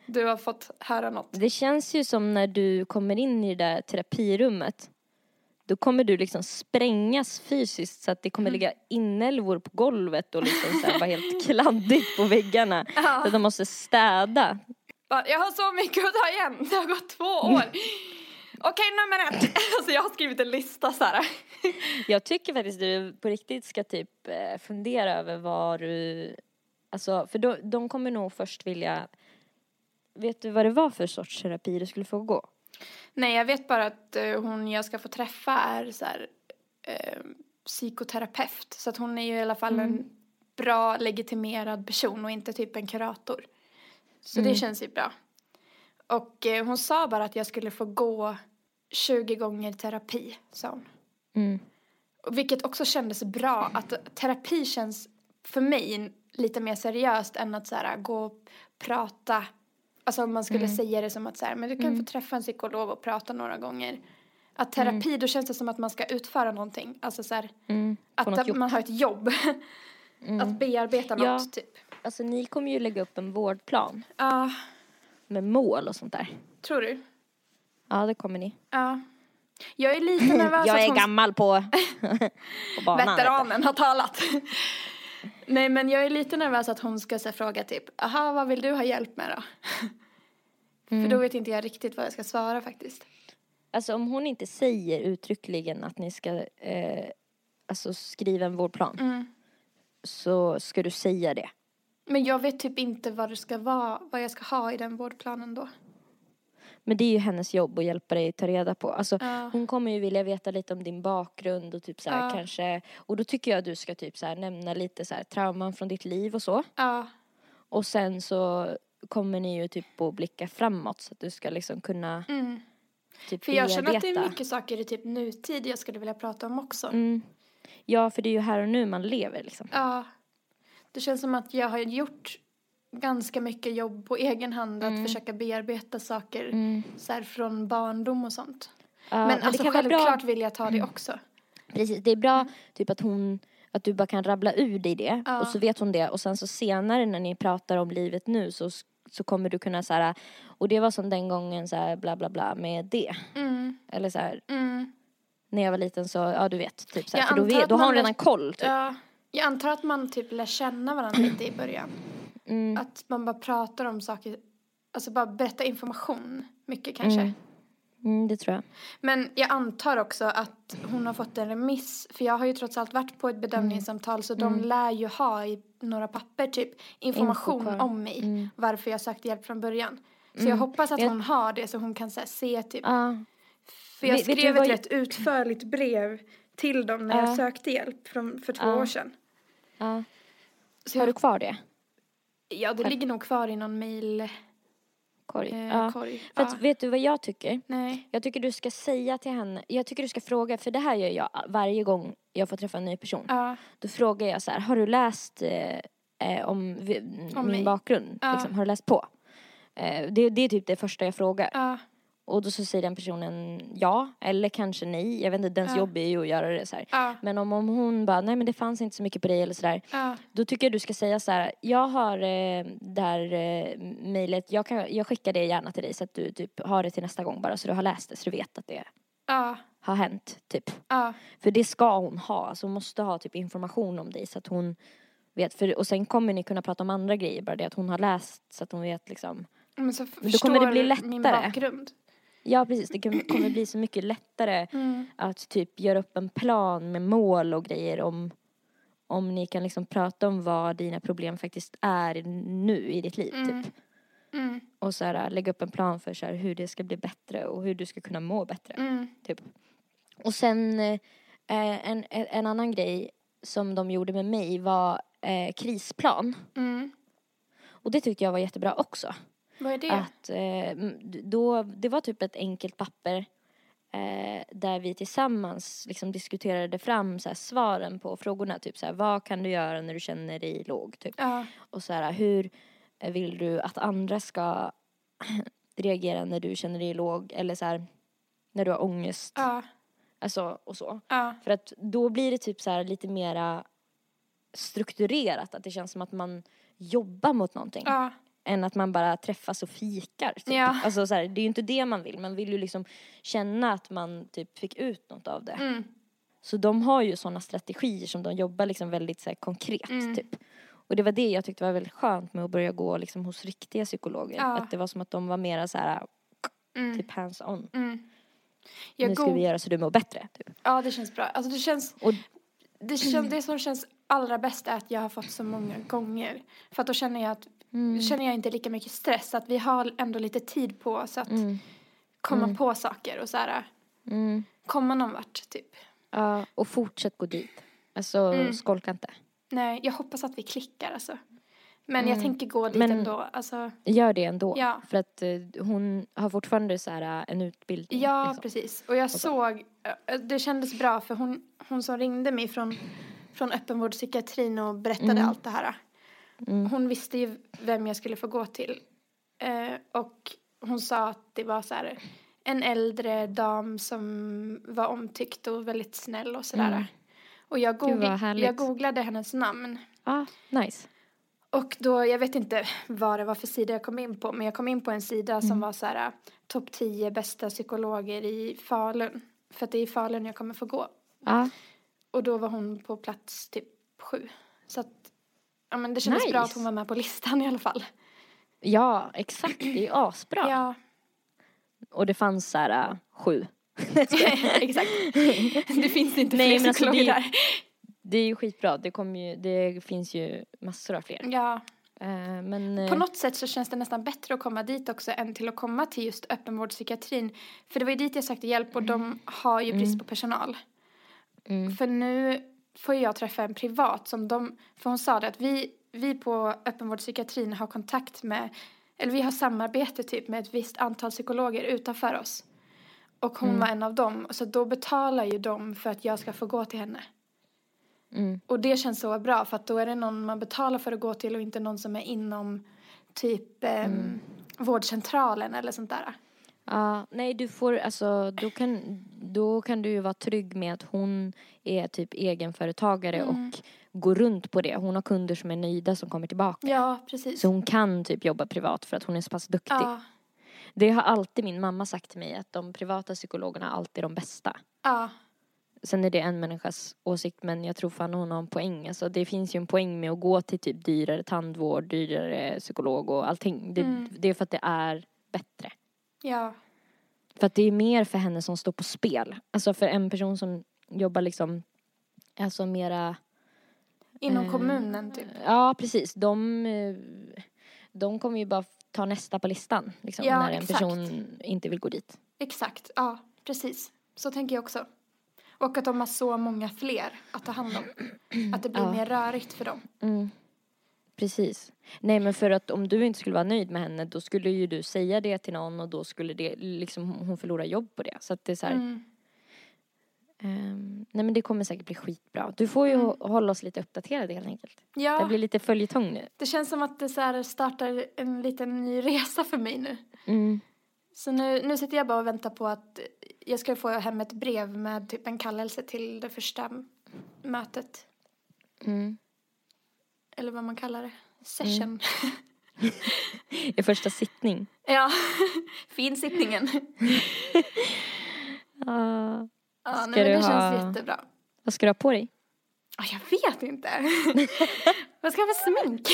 S3: du har fått höra något.
S2: Det känns ju som när du kommer in i det där terapirummet. Då kommer du liksom sprängas fysiskt så att det kommer ligga inälvor på golvet och liksom så här vara helt kladdigt på väggarna.
S3: Ja.
S2: Så att de måste städa.
S3: Jag har så mycket att ta igen. Det har gått 2 år. Okej, nummer 1. Alltså jag har skrivit en lista så här.
S2: Jag tycker faktiskt du på riktigt ska typ fundera över vad du... Alltså, för de kommer nog först vilja... Vet du vad det var för sorts terapi du skulle få gå?
S3: Nej, jag vet bara att hon jag ska få träffa är så här, psykoterapeut. Så att hon är ju i alla fall en bra legitimerad person och inte typ en kurator. Så det känns ju bra. Och hon sa bara att jag skulle få gå 20 gånger terapi, sa hon. Vilket också kändes bra. Att terapi känns för mig lite mer seriöst än att så här, gå och prata. Alltså om man skulle säga det som att så här, men du kan få träffa en psykolog och prata några gånger. Att terapi, då känns det som att man ska utföra någonting. Alltså så här, att man har ett jobb. Att bearbeta något typ.
S2: Alltså ni kommer ju lägga upp en vårdplan.
S3: Ja.
S2: Med mål och sånt där.
S3: Tror du?
S2: Ja, det kommer ni.
S3: Ja. Jag är lite nervös
S2: Jag
S3: att
S2: är
S3: hon...
S2: gammal på banan.
S3: Veteranen har talat. Nej, men jag är lite nervös att hon ska så fråga typ, aha, vad vill du ha hjälp med då? För då vet inte jag riktigt vad jag ska svara faktiskt.
S2: Alltså om hon inte säger uttryckligen att ni ska alltså skriva en vårdplan. Så ska du säga det.
S3: Men jag vet typ inte vad det ska vara, vad jag ska ha i den vårdplanen då.
S2: Men det är ju hennes jobb att hjälpa dig ta reda på. Alltså hon kommer ju vilja veta lite om din bakgrund och typ så här kanske. Och då tycker jag att du ska typ så här nämna lite så här trauman från ditt liv och så. Och sen så kommer ni ju typ att blicka framåt så att du ska liksom kunna typ
S3: för jag känner att det är
S2: bearbeta.
S3: mycket saker i typ nutid jag skulle vilja prata om också.
S2: Ja, för det är ju här och nu man lever liksom.
S3: Ja. Det känns som att jag har gjort ganska mycket jobb på egen hand att försöka bearbeta saker så här från barndom och sånt. Men alltså
S2: det kan
S3: självklart vill jag ta det också.
S2: Precis, det är bra typ att du bara kan rabbla ur dig det och så vet hon det och sen så senare när ni pratar om livet nu så kommer du kunna så här, och det var som den gången så här bla bla bla med det. Eller så här när jag var liten så ja du vet typ så här, för då har hon redan koll typ.
S3: Ja, jag antar att man typ lär känna varandra lite i början. Att man bara pratar om saker, alltså bara berätta information mycket kanske.
S2: Det tror jag.
S3: Men jag antar också att hon har fått en remiss. För jag har ju trots allt varit på ett bedömningssamtal. Så de lär ju ha i några papper typ information om mig. Varför jag sökte hjälp från början. Så jag hoppas att hon har det så hon kan så här, se typ. För jag skrev ett rätt utförligt brev till dem när jag sökte hjälp för 2 år sedan.
S2: Så har du kvar det?
S3: Ja, det ligger nog kvar i någon mejl.
S2: Korg.
S3: För
S2: att, vet du vad jag tycker?
S3: Nej.
S2: Jag tycker du ska säga till henne. Jag tycker du ska fråga. För det här gör jag varje gång jag får träffa en ny person. Då frågar jag så här. Har du läst om min bakgrund? Liksom, har du läst på? Det är typ det första jag frågar. Och då så säger den personen ja. Eller kanske nej. Jag vet inte, dens jobb är ju att göra det så här. Men om hon bara, nej men det fanns inte så mycket på dig eller sådär. Då tycker jag du ska säga så här. Jag har där mejlet. Jag skickar det gärna till dig så att du typ har det till nästa gång bara. Så du har läst det så du vet att det har hänt typ. För det ska hon ha. Alltså hon måste ha typ information om dig så att hon vet. Och sen kommer ni kunna prata om andra grejer. Bara det att hon har läst så att hon vet liksom.
S3: Men så
S2: då kommer det bli lättare.
S3: Min bakgrund.
S2: Ja, precis. Det kommer bli så mycket lättare att typ göra upp en plan med mål och grejer om ni kan liksom prata om vad dina problem faktiskt är nu i ditt liv typ. Och så här, lägga upp en plan för så här, hur det ska bli bättre och hur du ska kunna må bättre typ. Och sen en annan grej som de gjorde med mig var krisplan. Och det tyckte jag var jättebra också.
S3: Vad är det?
S2: Att det var typ ett enkelt papper där vi tillsammans liksom diskuterade fram så här, svaren på frågorna. Typ så här, vad kan du göra när du känner dig låg? Typ. Och så här, hur vill du att andra ska reagera när du känner dig låg? Eller så här, när du har ångest. Alltså, och så. För att då blir det typ så här lite mera strukturerat. Att det känns som att man jobbar mot någonting. än att man bara träffas och fikar. Typ.
S3: Ja.
S2: Alltså så här, det är ju inte det man vill. Man vill ju liksom känna att man typ fick ut något av det.
S3: Mm.
S2: Så de har ju sådana strategier som de jobbar liksom väldigt så här, konkret typ. Och det var det jag tyckte var väldigt skönt med att börja gå liksom hos riktiga psykologer.
S3: Ja.
S2: Att det var som att de var mera så här typ hands on.
S3: Jag
S2: Nu ska vi göra så du mår bättre. Typ.
S3: Ja, det känns bra. Alltså det känns...
S2: Och,
S3: Det som känns allra bäst är att jag har fått så många gånger. För att då känner jag känner jag inte lika mycket stress. Att vi har ändå lite tid på oss att komma på saker och så här komma någon vart typ.
S2: ja, och fortsätt gå dit. Alltså skolka inte.
S3: Nej, jag hoppas att vi klickar alltså. Men jag tänker gå dit ändå. Alltså,
S2: Gör det ändå.
S3: Ja.
S2: För att hon har fortfarande så här en utbildning.
S3: ja,
S2: liksom.
S3: precis. Och jag såg, det kändes bra för hon som ringde mig från öppenvårdspsykiatrin och berättade allt det här. Hon visste ju vem jag skulle få gå till. Och hon sa att det var så här en äldre dam som var omtyckt och väldigt snäll och sådär. Och jag googlade hennes namn.
S2: Ja, nice.
S3: Och då, jag vet inte vad det var för sida jag kom in på. Men jag kom in på en sida som var så här topp 10 bästa psykologer i Falun. För att det är i Falun jag kommer få gå.
S2: Ja.
S3: Och då var hon på plats typ 7. Så att, ja men det kändes bra att hon var med på listan i alla fall.
S2: Ja, exakt. Det är ju asbra.
S3: Ja.
S2: Och det fanns så här 7.
S3: Exakt. Det finns inte
S2: Nej,
S3: fler
S2: men alltså
S3: psykologer där.
S2: Det är ju skitbra. Det finns ju massor av fler.
S3: Ja.
S2: Men
S3: på något sätt så känns det nästan bättre att komma dit också än till att komma till just öppenvårdspsykiatrin. För det var ju dit jag sökte hjälp och de har ju brist på personal. För nu får jag träffa en privat för hon sa det att vi på öppenvårdspsykiatrin har kontakt med, eller vi har samarbete typ med ett visst antal psykologer utanför oss. Och hon var en av dem. Så då betalar ju de för att jag ska få gå till henne. Och det känns så bra för att då är det någon man betalar för att gå till och inte någon som är inom typ vårdcentralen eller sånt där.
S2: Ja, nej du får, alltså då kan du ju vara trygg med att hon är typ egenföretagare och går runt på det. Hon har kunder som är nöjda som kommer tillbaka.
S3: Ja, precis.
S2: Så hon kan typ jobba privat för att hon är så pass duktig.
S3: Ja.
S2: Det har alltid min mamma sagt till mig att de privata psykologerna alltid är de bästa.
S3: Ja.
S2: Sen är det en människas åsikt, men jag tror fan hon har en poäng. Alltså det finns ju en poäng med att gå till typ dyrare tandvård, dyrare psykolog och allting. Det är för att det är bättre.
S3: Ja.
S2: För att det är mer för henne som står på spel. Alltså för en person som jobbar liksom, alltså mera...
S3: Inom kommunen typ.
S2: Ja, precis. De kommer ju bara ta nästa på listan. Liksom,
S3: Ja,
S2: när en
S3: exakt.
S2: person inte vill gå dit.
S3: Exakt, ja, precis. Så tänker jag också. Och att de har så många fler att ta hand om. Att det blir mer rörigt för dem.
S2: Precis. Nej, men för att om du inte skulle vara nöjd med henne, då skulle ju du säga det till någon och då skulle det liksom, hon förlora jobb på det. Så att det är så här, nej men det kommer säkert bli skitbra. Du får ju hålla oss lite uppdaterade helt enkelt.
S3: Ja.
S2: Det blir lite följetong nu.
S3: Det känns som att det så här startar en liten ny resa för mig nu. Så nu sitter jag bara och väntar på att jag ska få hem ett brev med typ en kallelse till det första mötet. Eller vad man kallar det. Session.
S2: I första sittning.
S3: Ja, finsittningen.
S2: Ja,
S3: Ja, nej, men det känns jättebra.
S2: vad ska du ha på dig?
S3: Ja, jag vet inte. Vad ska jag ha för smink?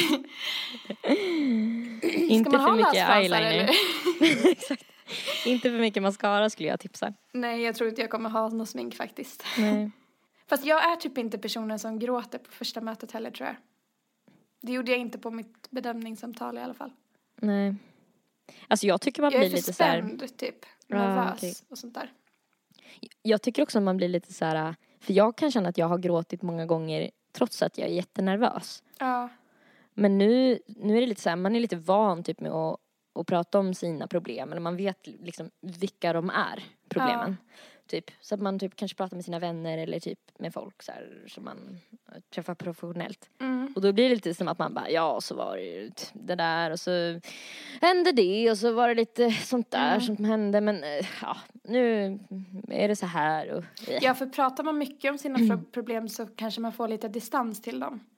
S2: Inte
S3: man ha
S2: för mycket
S3: lösfransar,
S2: eyeliner.
S3: eller?
S2: Exakt. Inte för mycket mascara skulle jag tipsa.
S3: Nej, jag tror inte jag kommer ha någon smink faktiskt.
S2: Nej.
S3: Fast jag är typ inte personen som gråter på första mötet heller, tror jag. Det gjorde jag inte på mitt bedömningssamtal i alla fall.
S2: Nej. Alltså jag tycker man
S3: Jag
S2: blir
S3: är för
S2: lite så här...
S3: spänd, typ. Nervös
S2: okej.
S3: och sånt där.
S2: Jag tycker också att man blir lite så här... För jag kan känna att jag har gråtit många gånger trots att jag är jättenervös.
S3: Ja.
S2: Men nu är det lite så här, man är lite van typ med att prata om sina problem. Eller man vet liksom vilka de är, problemen. Typ. Så att man typ kanske pratar med sina vänner eller typ med folk så här, som man träffar professionellt. Och då blir det lite som att man bara, ja så var det där och så hände det och så var det lite sånt där som hände. Men ja, nu är det så här. Och,
S3: Ja, för pratar man mycket om sina problem så kanske man får lite distans till dem.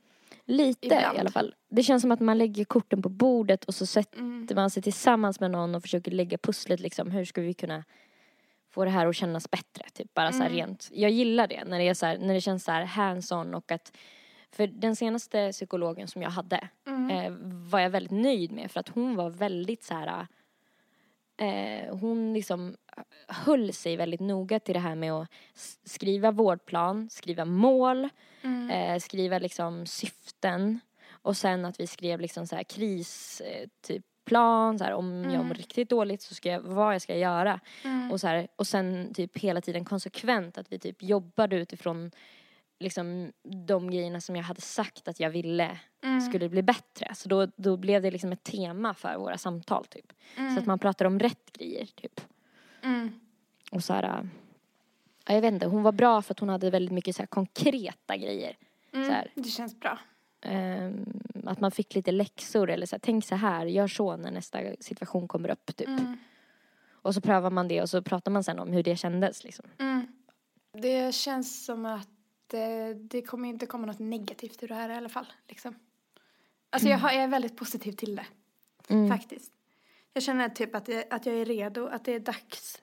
S2: Lite
S3: Ibland.
S2: i alla fall. Det känns som att man lägger korten på bordet och så sätter man sig tillsammans med någon och försöker lägga pusslet liksom. Hur ska vi kunna få det här att kännas bättre? Typ bara så här rent. Jag gillar det när det är så här, när det känns så här hands-on och att för den senaste psykologen som jag hade var jag väldigt nöjd med för att hon var väldigt så här hon liksom höll sig väldigt noga till det här med att skriva vårdplan, skriva mål, skriva liksom syften och sen att vi skrev liksom så här kris typ plan så här, om jag mår riktigt dåligt så ska jag vad jag ska göra och så här, och sen typ hela tiden konsekvent att vi typ jobbade utifrån liksom de grejerna som jag hade sagt att jag ville skulle bli bättre. Så då blev det liksom ett tema för våra samtal typ. Så att man pratar om rätt grejer typ. Och så här, jag vet inte, hon var bra för att hon hade väldigt mycket så här konkreta grejer. Så här,
S3: Det känns bra.
S2: att man fick lite läxor eller så här, tänk så här, gör så när nästa situation kommer upp typ. Och så prövar man det och så pratar man sen om hur det kändes liksom.
S3: Det känns som att det kommer inte komma något negativt ur det här i alla fall. Liksom. Alltså jag är väldigt positiv till det. Faktiskt. Jag känner typ att jag är redo. Att det är dags.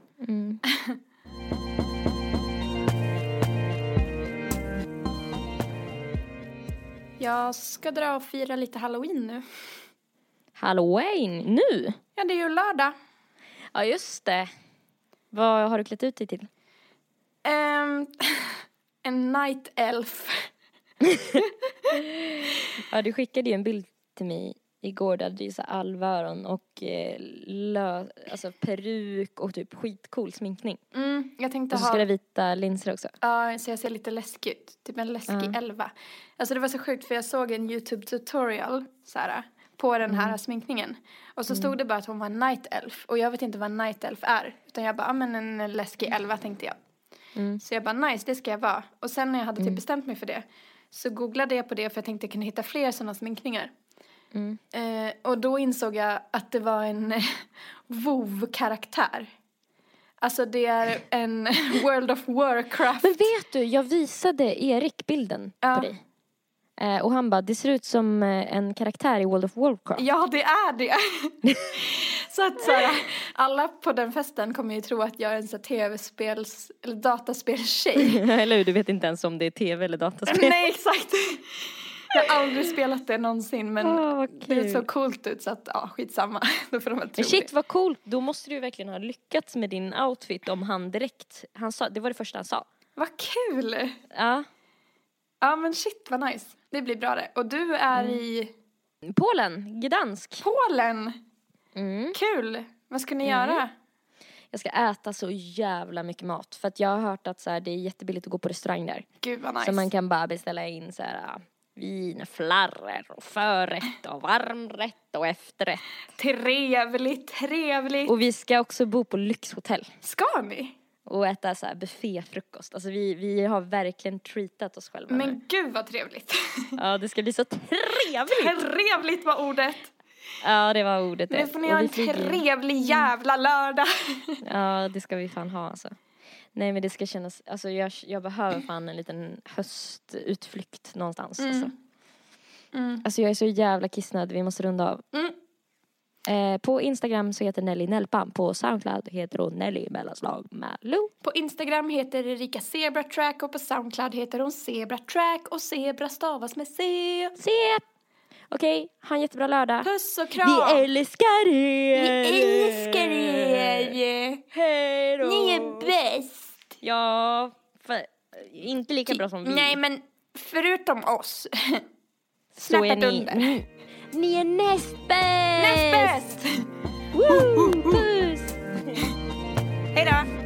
S3: Jag ska dra och fira lite Halloween nu.
S2: Halloween nu?
S3: Ja, det är ju lördag.
S2: Ja, just det. Vad har du klätt ut dig till?
S3: En night elf.
S2: Ja, du skickade ju en bild till mig igår där det är så allvaron och alltså peruk och typ skitcool sminkning.
S3: Jag tänkte
S2: Och så ska det vita linser också.
S3: Ja, så jag ser lite läskig ut. Typ en läskig elva. Alltså det var så sjukt för jag såg en YouTube-tutorial så här, på den här sminkningen. Och så stod det bara att hon var night elf. Och jag vet inte vad night elf är. Utan jag bara, men en läskig elva tänkte jag. Så jag bara, nice, det ska jag vara. Och sen när jag hade typ bestämt mig för det så googlade jag på det för jag tänkte jag kunde hitta fler sådana sminkningar. Och då insåg jag att det var en WoW-karaktär. Alltså det är en World of Warcraft.
S2: Men vet du, jag visade Erik bilden på dig. Och han bara, det ser ut som en karaktär i World of Warcraft.
S3: Ja, det är det. Så att så här, alla på den festen kommer ju tro att jag är en så här tv-spels eller dataspelstjej.
S2: Eller hur, du vet inte ens om det är tv eller dataspel.
S3: Nej, exakt. Jag har aldrig spelat det någonsin, men det är så coolt ut så att skitsamma. Då får de väl tro
S2: men shit,
S3: det.
S2: vad coolt. Då måste du verkligen ha lyckats med din outfit om han direkt. Han sa, det var det första han sa.
S3: Vad kul.
S2: Ja.
S3: Ja, men shit, vad nice. Det blir bra det. Och du är i
S2: Polen, Gdansk.
S3: Polen. Kul. Vad ska ni göra?
S2: Jag ska äta så jävla mycket mat. För att jag har hört att så här, det är jättebilligt att gå på restaurang där.
S3: Gud vad nice.
S2: Så man kan bara beställa in så här vinflarrer och förrätt och varmrätt och efterrätt.
S3: Trevligt.
S2: Och vi ska också bo på lyxhotell.
S3: Ska ni?
S2: Och äta så här bufféfrukost. Alltså vi har verkligen treatat oss själva nu.
S3: Men gud vad trevligt.
S2: Ja, det ska bli så trevligt.
S3: Trevligt var ordet.
S2: Ja, det var ordet.
S3: Nu får ni ha en trevlig jävla lördag.
S2: Ja, det ska vi fan ha alltså. Nej, men det ska kännas, alltså jag behöver fan en liten höstutflykt någonstans alltså. Alltså jag är så jävla kissnödig, vi måste runda av. På Instagram så heter Nelly Nelpan. På Soundcloud heter hon Nelly mellanslag Malou.
S3: På Instagram heter Erika Zebra Track och på Soundcloud heter hon Zebra Track och Zebra stavas med C.
S2: Okej, ha en jättebra lördag.
S3: Puss och kram.
S2: Vi älskar er.
S3: Vi älskar er.
S2: Hej då.
S3: Ni är bäst.
S2: Ja, inte lika bra som vi.
S3: Nej, men förutom oss.
S2: Så är
S3: Snäppet under.
S2: Ni är näst bäst.
S3: Näst bäst.
S2: Woo, puss.
S3: Hej då.